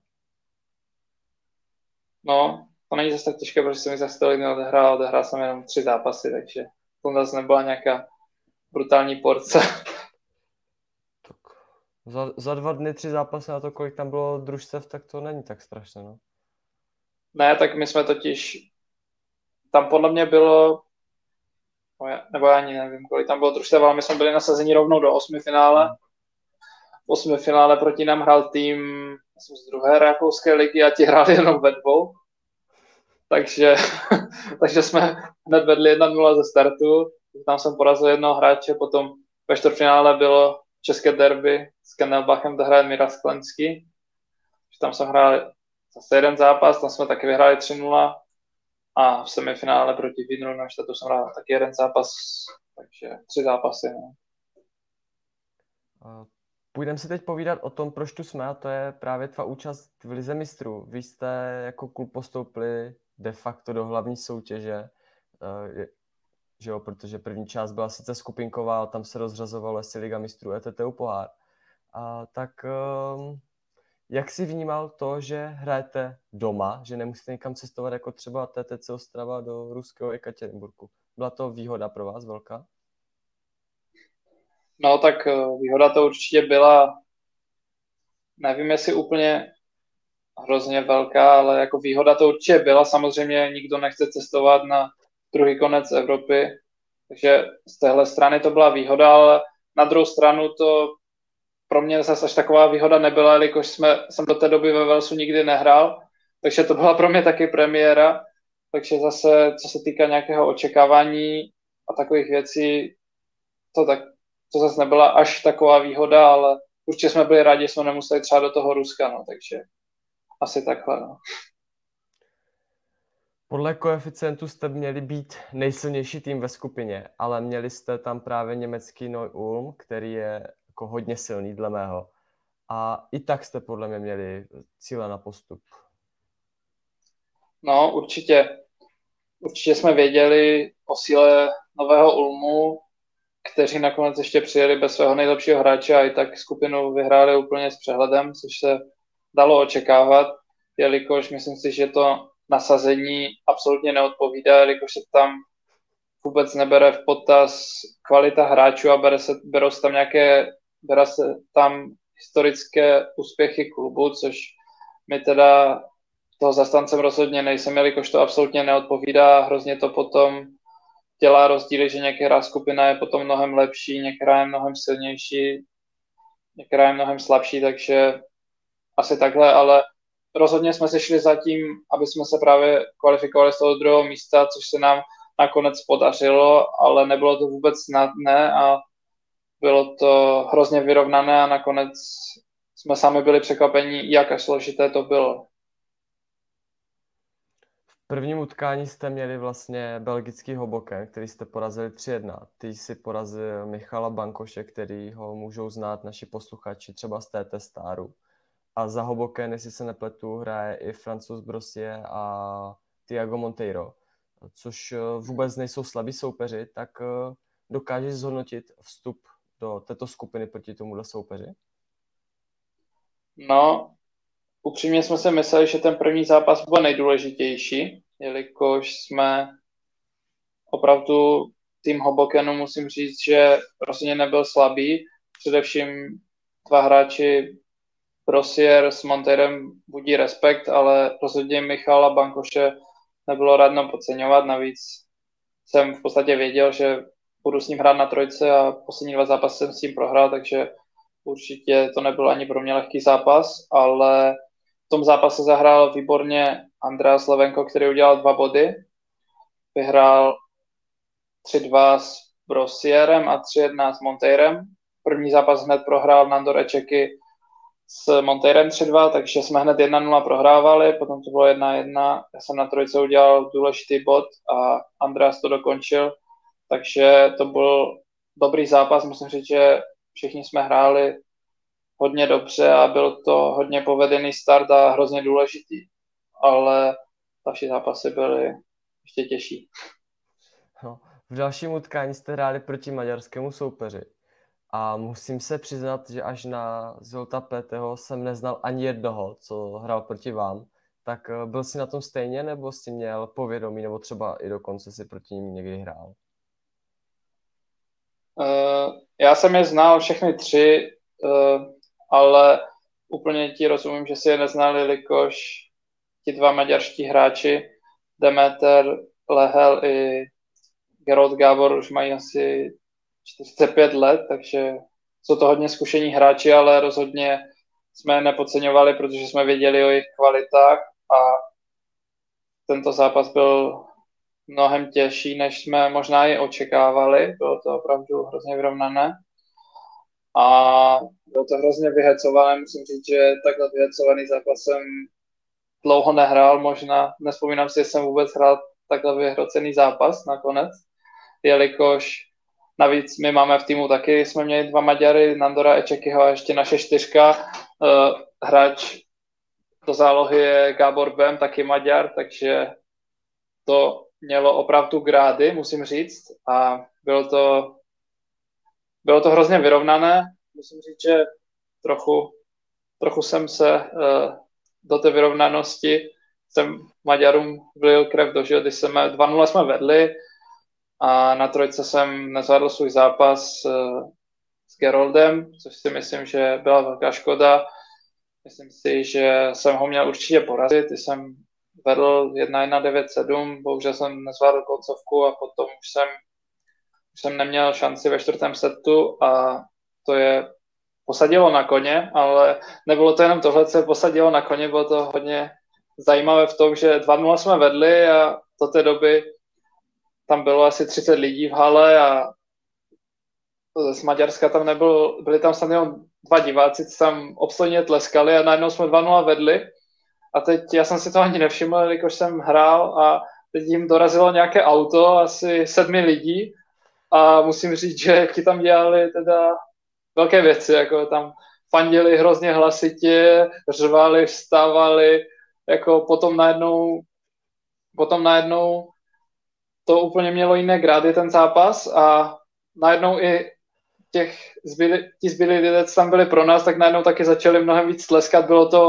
No, to není zase tak těžké, protože jsem mi zase tolik neodehrál, odehrál jsem jenom tři zápasy, takže to zase nebyla nějaká brutální porce. Tak za, za dva dny tři zápasy na to, kolik tam bylo družstev, tak to není tak strašné, no. Ne, tak my jsme totiž, tam podle mě bylo, nebo já ani nevím, kolik tam bylo družstev, ale my jsme byli nasazeni rovnou do osmi finále. V osmi finále proti nám hrál tým z druhé rakouské ligy a ti hráli jenom ve dvou. Takže, takže jsme hned vedli jedna nula ze startu. Tam jsem porazil jednoho hráče, potom ve čtvrtfinále bylo české derby s Kenelbachem, kde hraje Mira Sklenský. Tam jsem hrál zase jeden zápas, tam jsme taky vyhráli tři nula a v semifinále proti Wieneru Neustadtu jsem hrál taky jeden zápas, takže tři zápasy. No. Půjdeme si teď povídat o tom, proč tu jsme, a to je právě tvá účast v Lize mistrů. Vy jste jako klub postoupili de facto do hlavní soutěže, že jo, protože první část byla sice skupinková, ale tam se rozřazovalo, jestli Liga mistrů, E T T pohár. A tak jak jsi vnímal to, že hrajete doma, že nemusíte někam cestovat jako třeba T T C Ostrava do ruského Ekaterinburgu? Byla to výhoda pro vás velká? No tak výhoda to určitě byla, nevím jestli úplně hrozně velká, ale jako výhoda to určitě byla. Samozřejmě nikdo nechce cestovat na druhý konec Evropy, takže z téhle strany to byla výhoda, ale na druhou stranu to pro mě zase až taková výhoda nebyla, jelikož jsme, jsem do té doby ve Walesu nikdy nehrál, takže to byla pro mě taky premiéra, takže zase, co se týká nějakého očekávání a takových věcí, to tak to zase nebyla až taková výhoda, ale určitě jsme byli rádi, že jsme nemuseli třeba do toho Ruska, no, takže asi takhle, no. Podle koeficientu jste měli být nejsilnější tým ve skupině, ale měli jste tam právě německý Neu-Ulm, který je jako hodně silný dle mého. A i tak jste podle mě měli cíle na postup. No, určitě. Určitě jsme věděli o síle nového Ulmu, kteří nakonec ještě přijeli bez svého nejlepšího hráče a i tak skupinu vyhráli úplně s přehledem, což se dalo očekávat, jelikož myslím si, že to nasazení absolutně neodpovídá, jelikož se tam vůbec nebere v potaz kvalita hráčů a bere se, berou se tam nějaké, bere se tam historické úspěchy klubu, což mi teda toho zastancem rozhodně nejsem, jelikož to absolutně neodpovídá, hrozně to potom dělá rozdíly, že některá skupina je potom mnohem lepší, některá je mnohem silnější, některá je mnohem slabší, takže asi takhle, ale rozhodně jsme si šli za tím, aby jsme se právě kvalifikovali z toho druhého místa, což se nám nakonec podařilo, ale nebylo to vůbec snadné a bylo to hrozně vyrovnané a nakonec jsme sami byli překvapení, jak až složité to bylo. V prvním utkání jste měli vlastně belgický Hoboken, který jste porazili tři jedna. Ty jsi porazil Michala Bankoše, který ho můžou znát naši posluchači třeba z T T Staru. A za Hoboken, jestli se nepletu, hraje i Francouz Brossier a Thiago Monteiro, což vůbec nejsou slabí soupeři, tak dokážeš zhodnotit vstup do této skupiny proti tomuhle soupeři? No, upřímně jsme si mysleli, že ten první zápas byl nejdůležitější, jelikož jsme opravdu tým Hobokenu, musím říct, že rozhodně nebyl slabý. Především dva hráči Brossier s Monteirem budí respekt, ale rozhodně Michala Bankoše nebylo radno podceňovat. Navíc jsem v podstatě věděl, že budu s ním hrát na trojce a poslední dva zápasy jsem s tím prohrál, takže určitě to nebyl ani pro mě lehký zápas, ale v tom zápase zahrál výborně Andreas Levenko, který udělal dva body. Vyhrál tři dva s Brossierem a tři jedna s Monteirem. První zápas hned prohrál Nandor Ečeky s Monteirem tři dva, takže jsme hned jedna nula prohrávali, potom to bylo jedna jedna. Já jsem na trojce udělal důležitý bod a Andreas to dokončil, takže to byl dobrý zápas. Musím říct, že všichni jsme hráli hodně dobře a byl to hodně povedený start a hrozně důležitý, ale další zápasy byly ještě těžší. No, v dalším utkání jste hráli proti maďarskému soupeři a musím se přiznat, že až na Zolta Péteho jsem neznal ani jednoho, co hrál proti vám. Tak byl jsi na tom stejně, nebo jsi měl povědomí, nebo třeba i dokonce si proti ním někdy hrál? Uh, já jsem je znal všechny tři, uh, ale úplně ti rozumím, že si je neznali, jelikož ti dva maďarští hráči, Demeter Lehel i Gerold Gábor, už mají asi čtyřicet pět let, takže jsou to hodně zkušení hráči, ale rozhodně jsme je nepodceňovali, protože jsme věděli o jejich kvalitách a tento zápas byl mnohem těžší, než jsme možná i očekávali. Bylo to opravdu hrozně vyrovnané. A bylo to hrozně vyhecované. Musím říct, že takhle vyhecovaný zápas jsem dlouho nehrál. Možná, nespomínám si, že jsem vůbec hrál takhle vyhrocený zápas nakonec. Jelikož navíc my máme v týmu taky, jsme měli dva Maďary, Nandora Ečekyho a ještě naše čtyřka. Uh, hráč do zálohy je Gábor Bem, taky Maďar, takže to mělo opravdu grády, musím říct, a bylo to, bylo to hrozně vyrovnané. Musím říct, že trochu, trochu jsem se uh, do té vyrovnanosti, jsem Maďarům vlil krev do života, když jsme dva nula jsme vedli a na trojce jsem nezvládl svůj zápas uh, s Geroldem, což si myslím, že byla velká škoda. Myslím si, že jsem ho měl určitě porazit, jsem vedl jedna jedna devět sedm, bohužel jsem nezvládl koncovku a potom už jsem, už jsem neměl šanci ve čtvrtém setu a to je posadilo na koně, ale nebylo to jenom tohle, co je posadilo na koně, bylo to hodně zajímavé v tom, že dva nula jsme vedli a do té doby tam bylo asi třicet lidí v hale a z Maďarska tam nebyl, byli tam snad jenom dva diváci, co tam obstojně tleskali a najednou jsme dva nula vedli. A teď já jsem si to ani nevšiml, jelikož jsem hrál a teď jim dorazilo nějaké auto, asi sedmi lidí a musím říct, že ti tam dělali teda velké věci, jako tam fandili hrozně hlasitě, řvali, vstávali, jako potom najednou, potom najednou to úplně mělo jiné grády ten zápas a najednou i těch zbyli, ti zbylí lidé, co tam byli pro nás, tak najednou taky začali mnohem víc tleskat, bylo to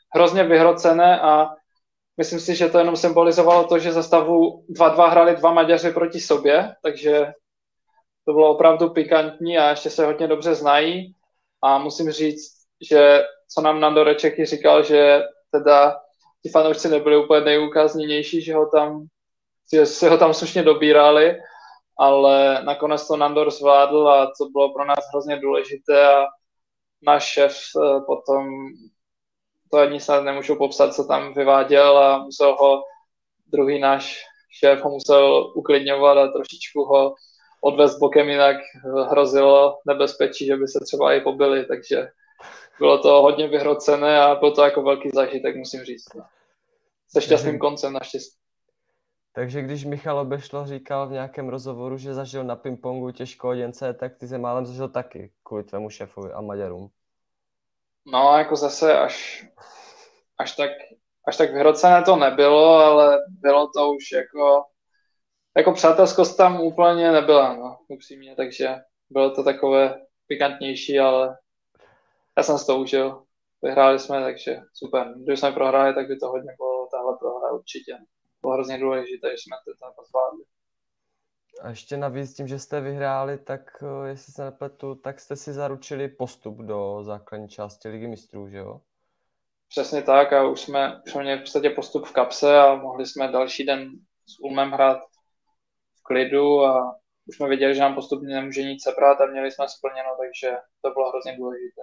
hrozně vyhrocené a myslím si, že to jenom symbolizovalo to, že za stavu dva dva hráli dva Maďaři proti sobě, takže to bylo opravdu pikantní a ještě se hodně dobře znají a musím říct, že co nám Nandoreček říkal, že teda ti fanoušci nebyli úplně nejúkaznější, že ho tam, že se ho tam slušně dobírali, ale nakonec to Nandor zvládl a to bylo pro nás hrozně důležité a náš šéf potom, to ani snad nemůžu popsat, co tam vyváděl a musel ho, druhý náš šéf ho musel uklidňovat a trošičku ho odvést bokem, jinak hrozilo nebezpečí, že by se třeba i pobili, takže bylo to hodně vyhrocené a byl to jako velký zážitek, musím říct. No. Se šťastným koncem naštěstí. Takže když Michal Obešlo říkal v nějakém rozhovoru, že zažil na pingpongu těžkohoděnce, tak ty se málem zažil taky kvůli tvému šéfovi a Maďarům. No, jako zase až, až, tak, až tak vyhrocené to nebylo, ale bylo to už jako, jako přátelskost tam úplně nebyla, no, upřímně, takže bylo to takové pikantnější, ale já jsem si to užil. Vyhráli jsme, takže super. Když jsme prohráli, tak by to hodně bylo tahle prohra určitě. Bylo hrozně důležité, že jsme to zápas zvládli. A ještě navíc tím, že jste vyhráli, tak jestli se nepletu, tak jste si zaručili postup do základní části Ligy mistrů, že jo? Přesně tak a už jsme, už jsme měli v podstatě postup v kapse a mohli jsme další den s Ulmem hrát v klidu a už jsme věděli, že nám postupně nemůže nic sebrat a měli jsme splněno, takže to bylo hrozně důležité.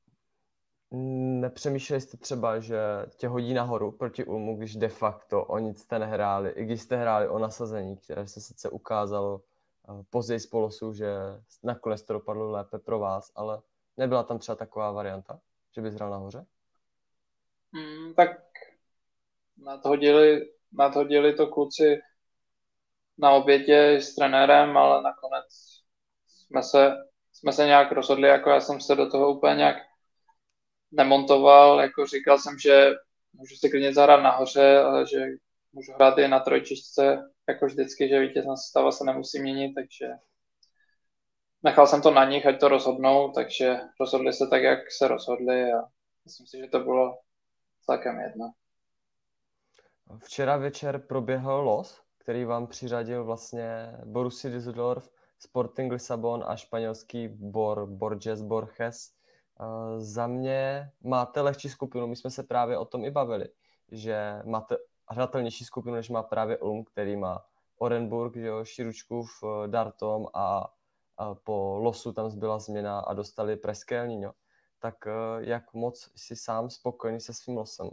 Nepřemýšleli jste třeba, že tě hodí nahoru proti Ulmu, když de facto o nic jste nehráli, i když jste hráli o nasazení, které se sice ukázalo později z polosu, že nakonec to dopadlo lépe pro vás, ale nebyla tam třeba taková varianta, že bys hrál nahoře? Hmm, tak nadhodili, nadhodili to kluci na obědě s trenérem, ale nakonec jsme se, jsme se nějak rozhodli, jako já jsem se do toho úplně nějak nemontoval, jako říkal jsem, že můžu si klidně zahrát nahoře, ale že můžu hrát i na trojčišce, jako vždycky, že vítězná sestava se nemusí měnit, takže nechal jsem to na nich, ať to rozhodnou, takže rozhodli se tak, jak se rozhodli a myslím si, že to bylo celkem jedno. Včera večer proběhl los, který vám přiřadil vlastně Borussia Düsseldorf, Sporting Lisabon a španělský Bor, Borges Borges. Uh, za mě máte lehčí skupinu, my jsme se právě o tom i bavili, že máte hratelnější skupinu, než má právě Ulm, který má Orenburg, že jo, Širučkův, Dartom a, a po losu tam zbyla změna a dostali Presque El Niño. Tak uh, jak moc jsi sám spokojený se svým losem?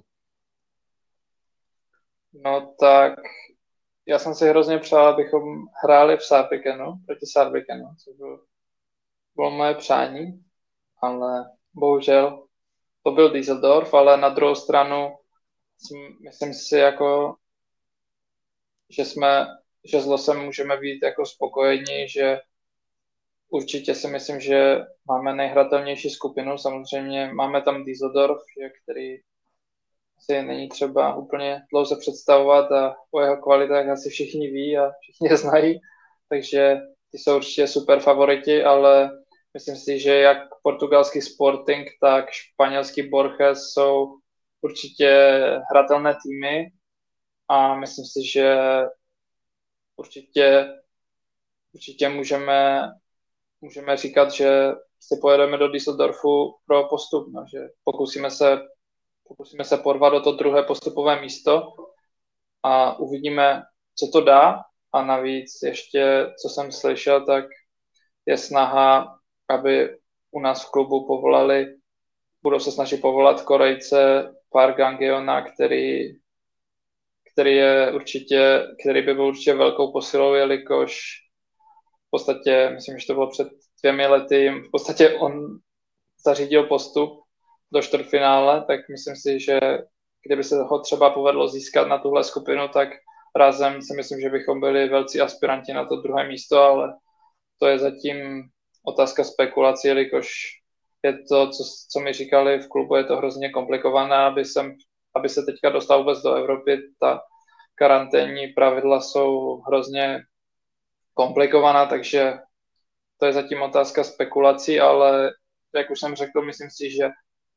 No tak já jsem si hrozně přál, abychom hráli v Saarbrückenu, proti Saarbrückenu, což bylo, bylo moje přání, ale bohužel to byl Düsseldorf, ale na druhou stranu myslím si jako, že jsme, že s losem můžeme být jako spokojení, že určitě si myslím, že máme nejhratelnější skupinu, samozřejmě máme tam Düsseldorf, který asi není třeba úplně dlouze představovat a o jeho kvalitách asi všichni ví a všichni je znají, takže ty jsou určitě super favoriti, ale myslím si, že jak portugalský Sporting, tak španělský Borges jsou určitě hratelné týmy a myslím si, že určitě, určitě můžeme, můžeme říkat, že si pojedeme do Düsseldorfu pro postup, no, že pokusíme se, pokusíme se porvat do to druhé postupové místo a uvidíme, co to dá a navíc ještě, co jsem slyšel, tak je snaha, aby u nás v klubu povolali, budou se snažit povolat Korejce Park Hang-yeona, který, který je určitě, který by byl určitě velkou posilou, jelikož v podstatě, myslím, že to bylo před dvěmi lety, v podstatě on zařídil postup do čtvrtfinále, tak myslím si, že kdyby se ho třeba povedlo získat na tuhle skupinu, tak razem si myslím, že bychom byli velcí aspiranti na to druhé místo, ale to je zatím otázka spekulací, jelikož je to, co, co mi říkali v klubu, je to hrozně komplikované, aby, sem, aby se teďka dostal vůbec do Evropy. Ta karanténní pravidla jsou hrozně komplikovaná, takže to je zatím otázka spekulací, ale jak už jsem řekl, myslím si, že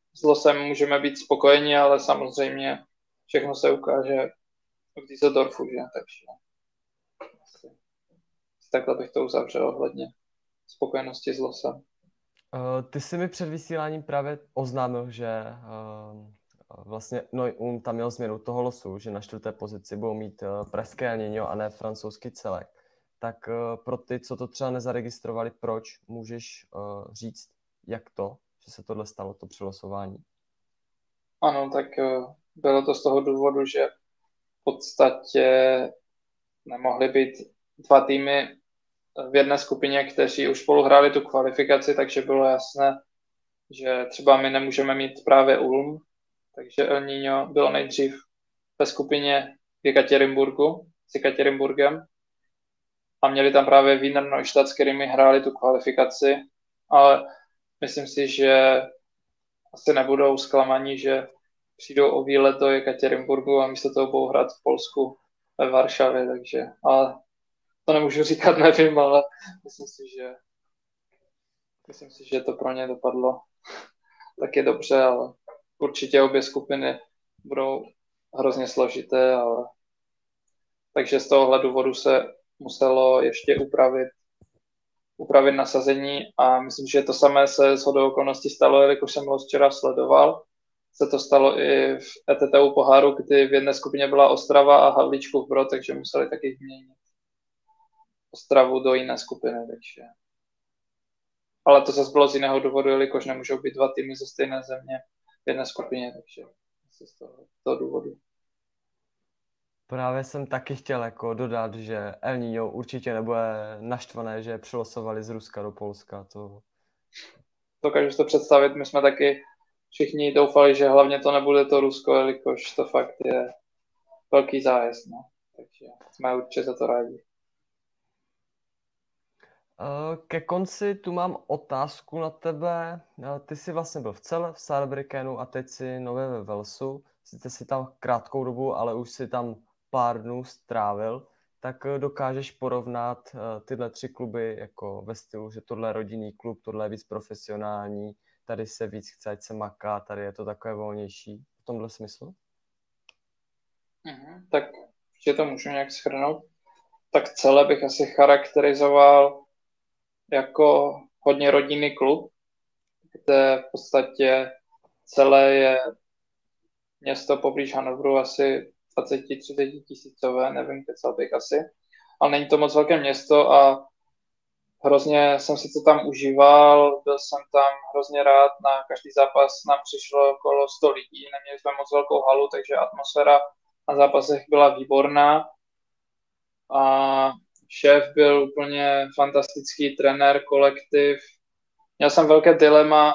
s losem můžeme být spokojeni, ale samozřejmě všechno se ukáže v Düsseldorfu, že? Takže takhle bych to uzavřel ohledně spokojenosti s losem. Uh, ty jsi mi před vysíláním právě oznámil, že uh, vlastně Neu-Ulm tam měl změnu toho losu, že na čtvrté pozici budou mít uh, pražské El Niño a ne francouzský celek. Tak uh, pro ty, co to třeba nezaregistrovali, proč můžeš uh, říct, jak to, že se tohle stalo, to přilosování? Ano, tak uh, bylo to z toho důvodu, že v podstatě nemohly být dva týmy v jedné skupině, kteří už spolu hráli tu kvalifikaci, takže bylo jasné, že třeba my nemůžeme mít právě Ulm, takže El Niño bylo nejdřív ve skupině v Jekatěrinburgu, s Jekatěrinburgem a měli tam právě Wiener Neustadt, s kterými hráli tu kvalifikaci, ale myslím si, že asi nebudou zklamaní, že přijdou o výlet do Jekatěrinburgu a místo toho budou hrát v Polsku ve Varšavě, takže ale to nemůžu říkat, nevím, ale myslím si, že myslím si, že to pro ně dopadlo taky dobře, ale určitě obě skupiny budou hrozně složité, ale takže z tohohle důvodu se muselo ještě upravit upravit nasazení a myslím, že to samé se shodou okolností stalo, jelikož jsem ho včera sledoval. Se to stalo i v E T T U poháru, kdy v jedné skupině byla Ostrava a Havlíčkův Brod, takže museli taky změnit Ostravu do jiné skupiny, takže. Ale to zase bylo z jiného důvodu, jelikož nemůžou být dva týmy ze stejné země v jedné skupině, takže z toho, toho důvodu. Právě jsem taky chtěl jako dodat, že El Niño určitě nebude naštvané, že přilosovali z Ruska do Polska. To... Dokážu si to představit, my jsme taky všichni doufali, že hlavně to nebude to Rusko, jelikož to fakt je velký zájezd, no. Takže jsme určitě za to rádi. Ke konci tu mám otázku na tebe. Ty jsi vlastně byl v Celle, v Saarbrückenu a teď jsi nově ve Velsu. Sice jsi tam krátkou dobu, ale už si tam pár dnů strávil. Tak dokážeš porovnat tyhle tři kluby jako ve stylu, že tohle je rodinný klub, tohle je víc profesionální, tady se víc chce, ať se maká, tady je to takové volnější v tomhle smyslu? Mhm, tak ještě to můžu nějak shrnout. Tak Celle bych asi charakterizoval jako hodně rodinný klub, kde v podstatě Celle je město poblíž Hannoveru asi dvacet až třicet tisícové, nevím, kecal bych asi, ale není to moc velké město a hrozně jsem si to tam užíval, byl jsem tam hrozně rád, na každý zápas nám přišlo okolo sto lidí, neměli jsme moc velkou halu, takže atmosféra na zápasech byla výborná a šéf byl úplně fantastický, trenér, kolektiv. Měl jsem velké dilema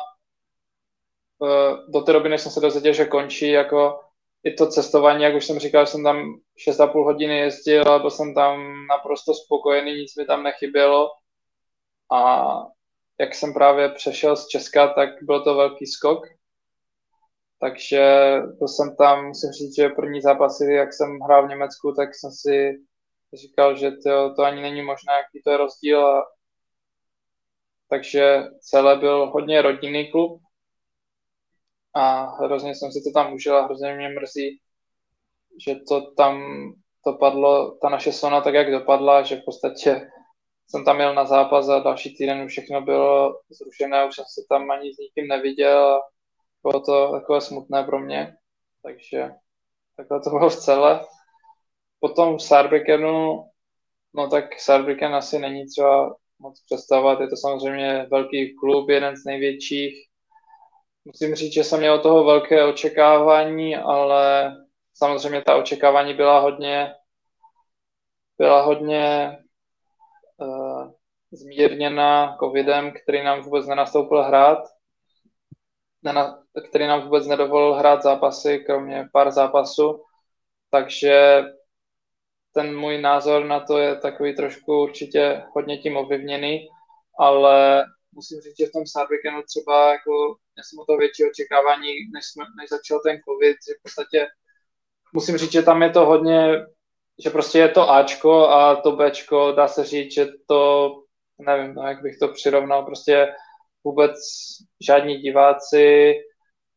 do té doby, než jsem se dozvěděl, že končí, jako i to cestování, jak už jsem říkal, jsem tam šest a půl hodiny jezdil a byl jsem tam naprosto spokojený, nic mi tam nechybělo. A jak jsem právě přešel z Česka, tak byl to velký skok. Takže byl jsem tam, musím říct, že první zápasy, jak jsem hrál v Německu, tak jsem si říkal, že to, to ani není možné, jaký to je rozdíl. A takže Celle byl hodně rodinný klub a hrozně jsem si to tam užil a hrozně mě mrzí, že to tam dopadlo, ta naše sona tak, jak dopadla, že v podstatě jsem tam jel na zápas a další týden už všechno bylo zrušené, už jsem se tam ani s nikým neviděl a bylo to takové smutné pro mě, takže takhle to bylo v Celle. Potom v Saarbrückenu, no tak Saarbrücken asi není třeba moc představovat, je to samozřejmě velký klub, jeden z největších. Musím říct, že jsem měl toho velké očekávání, ale samozřejmě ta očekávání byla hodně, byla hodně uh, zmírněna covidem, který nám vůbec nenastoupil hrát, nena, který nám vůbec nedovolil hrát zápasy, kromě pár zápasů, takže ten můj názor na to je takový trošku určitě hodně tím ovlivněný, ale musím říct, že v tom Saarbrückenu třeba jako já jsem o to větší očekávání, než, jsme, než začal ten covid, že v podstatě musím říct, že tam je to hodně, že prostě je to Ačko a to Bčko, dá se říct, že to, nevím, no, jak bych to přirovnal, prostě vůbec žádní diváci,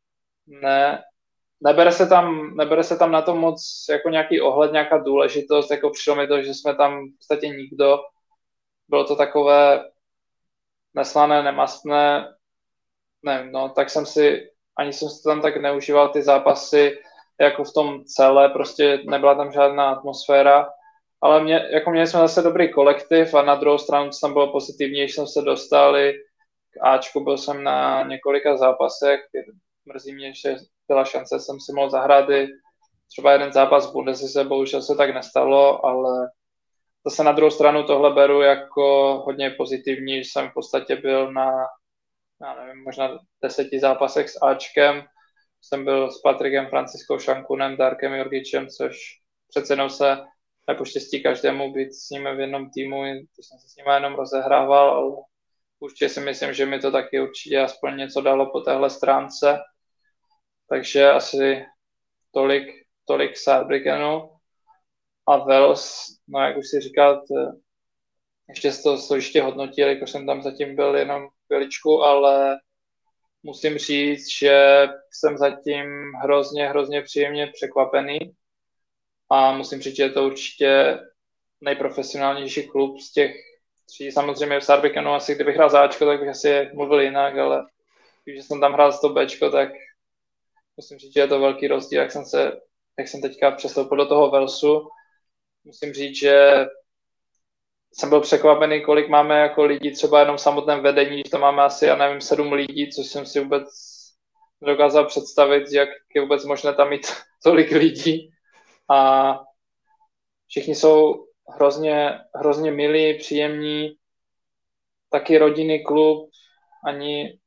Ne, nebere se tam, nebere se tam na to moc jako nějaký ohled, nějaká důležitost, jako přišlo mi to, že jsme tam v podstatě nikdo. Bylo to takové neslané, nemastné, nevím, no, tak jsem si, ani jsem si tam tak neužíval ty zápasy, jako v tom celé, prostě nebyla tam žádná atmosféra, ale mě, jako měli jsme zase dobrý kolektiv a na druhou stranu, co tam bylo pozitivní, když jsme se dostali k Ačku, byl jsem na několika zápasech, mrzí mě, že byla šance, jsem si mohl zahrát i třeba jeden zápas v Bundeslize, bohužel se tak nestalo, ale zase na druhou stranu tohle beru jako hodně pozitivní, že jsem v podstatě byl na, já nevím, možná deseti zápasech s Ačkem, jsem byl s Patrikem Franciskou Šankunem, Darkem Jorgičem, což přece jenom se nepoštěstí každému být s nimi v jednom týmu, to jsem se s nimi jenom rozehrával, ale určitě si myslím, že mi to taky určitě aspoň něco dalo po téhle stránce. Takže asi tolik, tolik Saarbrückenu. A Wels, no jak už si říkal, ještě z toho složitě hodnotil, jako jsem tam zatím byl jenom chviličku, ale musím říct, že jsem zatím hrozně, hrozně příjemně překvapený a musím říct, že je to určitě nejprofesionálnější klub z těch tří. Samozřejmě v Saarbrückenu asi, kdybych hrál za Ačko, tak bych asi mluvil jinak, ale když jsem tam hrál z to Bčko, tak musím říct, že je to velký rozdíl, jak jsem se, jak jsem teďka přestoupil do toho Velsu. Musím říct, že jsem byl překvapený, kolik máme jako lidí třeba jenom v samotném vedení, že tam máme asi, já nevím, sedm lidí, což jsem si vůbec nedokázal představit, jak je vůbec možné tam mít tolik lidí. A všichni jsou hrozně, hrozně milí, příjemní, taky rodinný klub, ani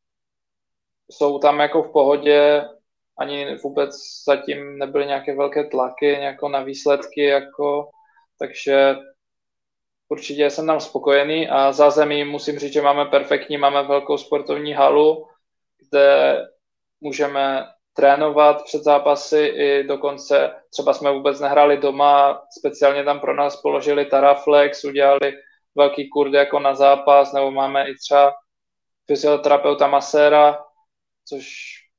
jsou tam jako v pohodě, ani vůbec zatím nebyly nějaké velké tlaky jako na výsledky, jako, takže určitě jsem tam spokojený a za zemí musím říct, že máme perfektní, máme velkou sportovní halu, kde můžeme trénovat před zápasy i dokonce třeba jsme vůbec nehráli doma, speciálně tam pro nás položili Taraflex, udělali velký kurd jako na zápas, nebo máme i třeba fyzioterapeuta maséra, což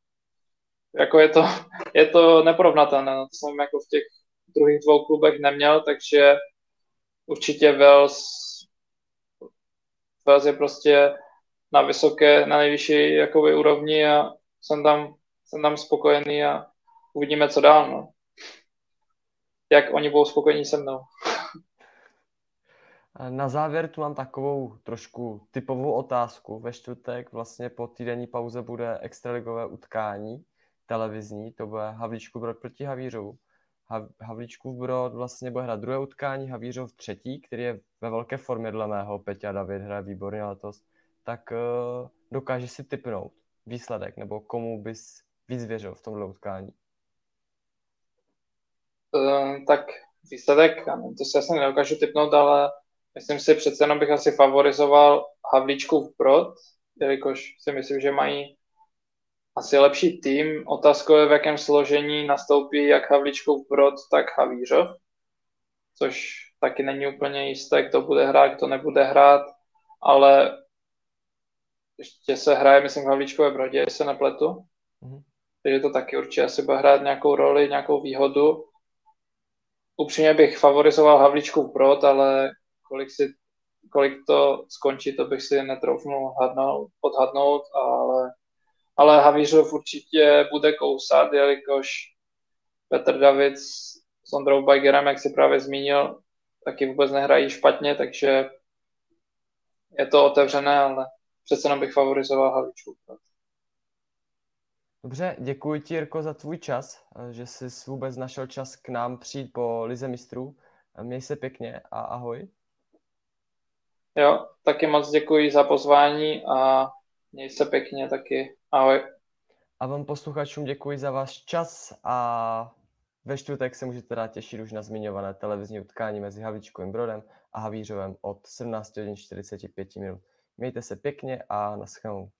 jako je to, je to neporovnatelné, no, to jsem jako v těch druhých dvou klubech neměl, takže určitě Wels, Wels je prostě na vysoké, na nejvyšší jakoby úrovni a jsem tam, jsem tam spokojený a uvidíme, co dál, no. Jak oni budou spokojení se mnou. Na závěr tu mám takovou trošku typovou otázku. Ve čtvrtek vlastně po týdenní pauze bude extraligové utkání televizní, to bude Havlíčkův Brod proti Havířovu. Havlíčkův Brod vlastně bude hrát druhé utkání, Havířov třetí, který je ve velké formě dle mého, Peťa David hraje výborně letos, tak uh, dokáže si tipnout výsledek, nebo komu bys víc věřil v tomhle utkání? Uh, tak výsledek, to si asi nedokážu tipnout, ale myslím si, přece jenom bych asi favorizoval Havlíčkův Brod, jelikož si myslím, že mají asi lepší tým. Otázkou je, v jakém složení nastoupí jak Havlíčkův Brod, tak Havířov, což taky není úplně jisté, kdo bude hrát, kdo nebude hrát, ale ještě se hraje, myslím, v Havlíčkové Brodě, jestli se nepletu. Mm-hmm. Takže to taky určitě asi bude hrát nějakou roli, nějakou výhodu. Upřímně bych favorizoval Havlíčkův Brod, ale kolik, si, kolik to skončí, to bych si netroufnul hadnout, odhadnout, ale, ale Havířov určitě bude kousat, jelikož Petr David s Ondrou Bajgerem, jak si právě zmínil, taky vůbec nehrají špatně, takže je to otevřené, ale přece jenom bych favorizoval Havlíčkův Brod. Dobře, děkuji ti, Jirko, za tvůj čas, že jsi vůbec našel čas k nám přijít po Lize mistrů. Měj se pěkně a ahoj. Jo, taky moc děkuji za pozvání a měj se pěkně taky. Ahoj. A vám posluchačům děkuji za váš čas a ve čtvrtek se můžete dát těšit už na zmiňované televizní utkání mezi Havlíčkovým Brodem a Havířovem od sedmnáct hodin čtyřicet pět minut. Mějte se pěkně a naschledanou.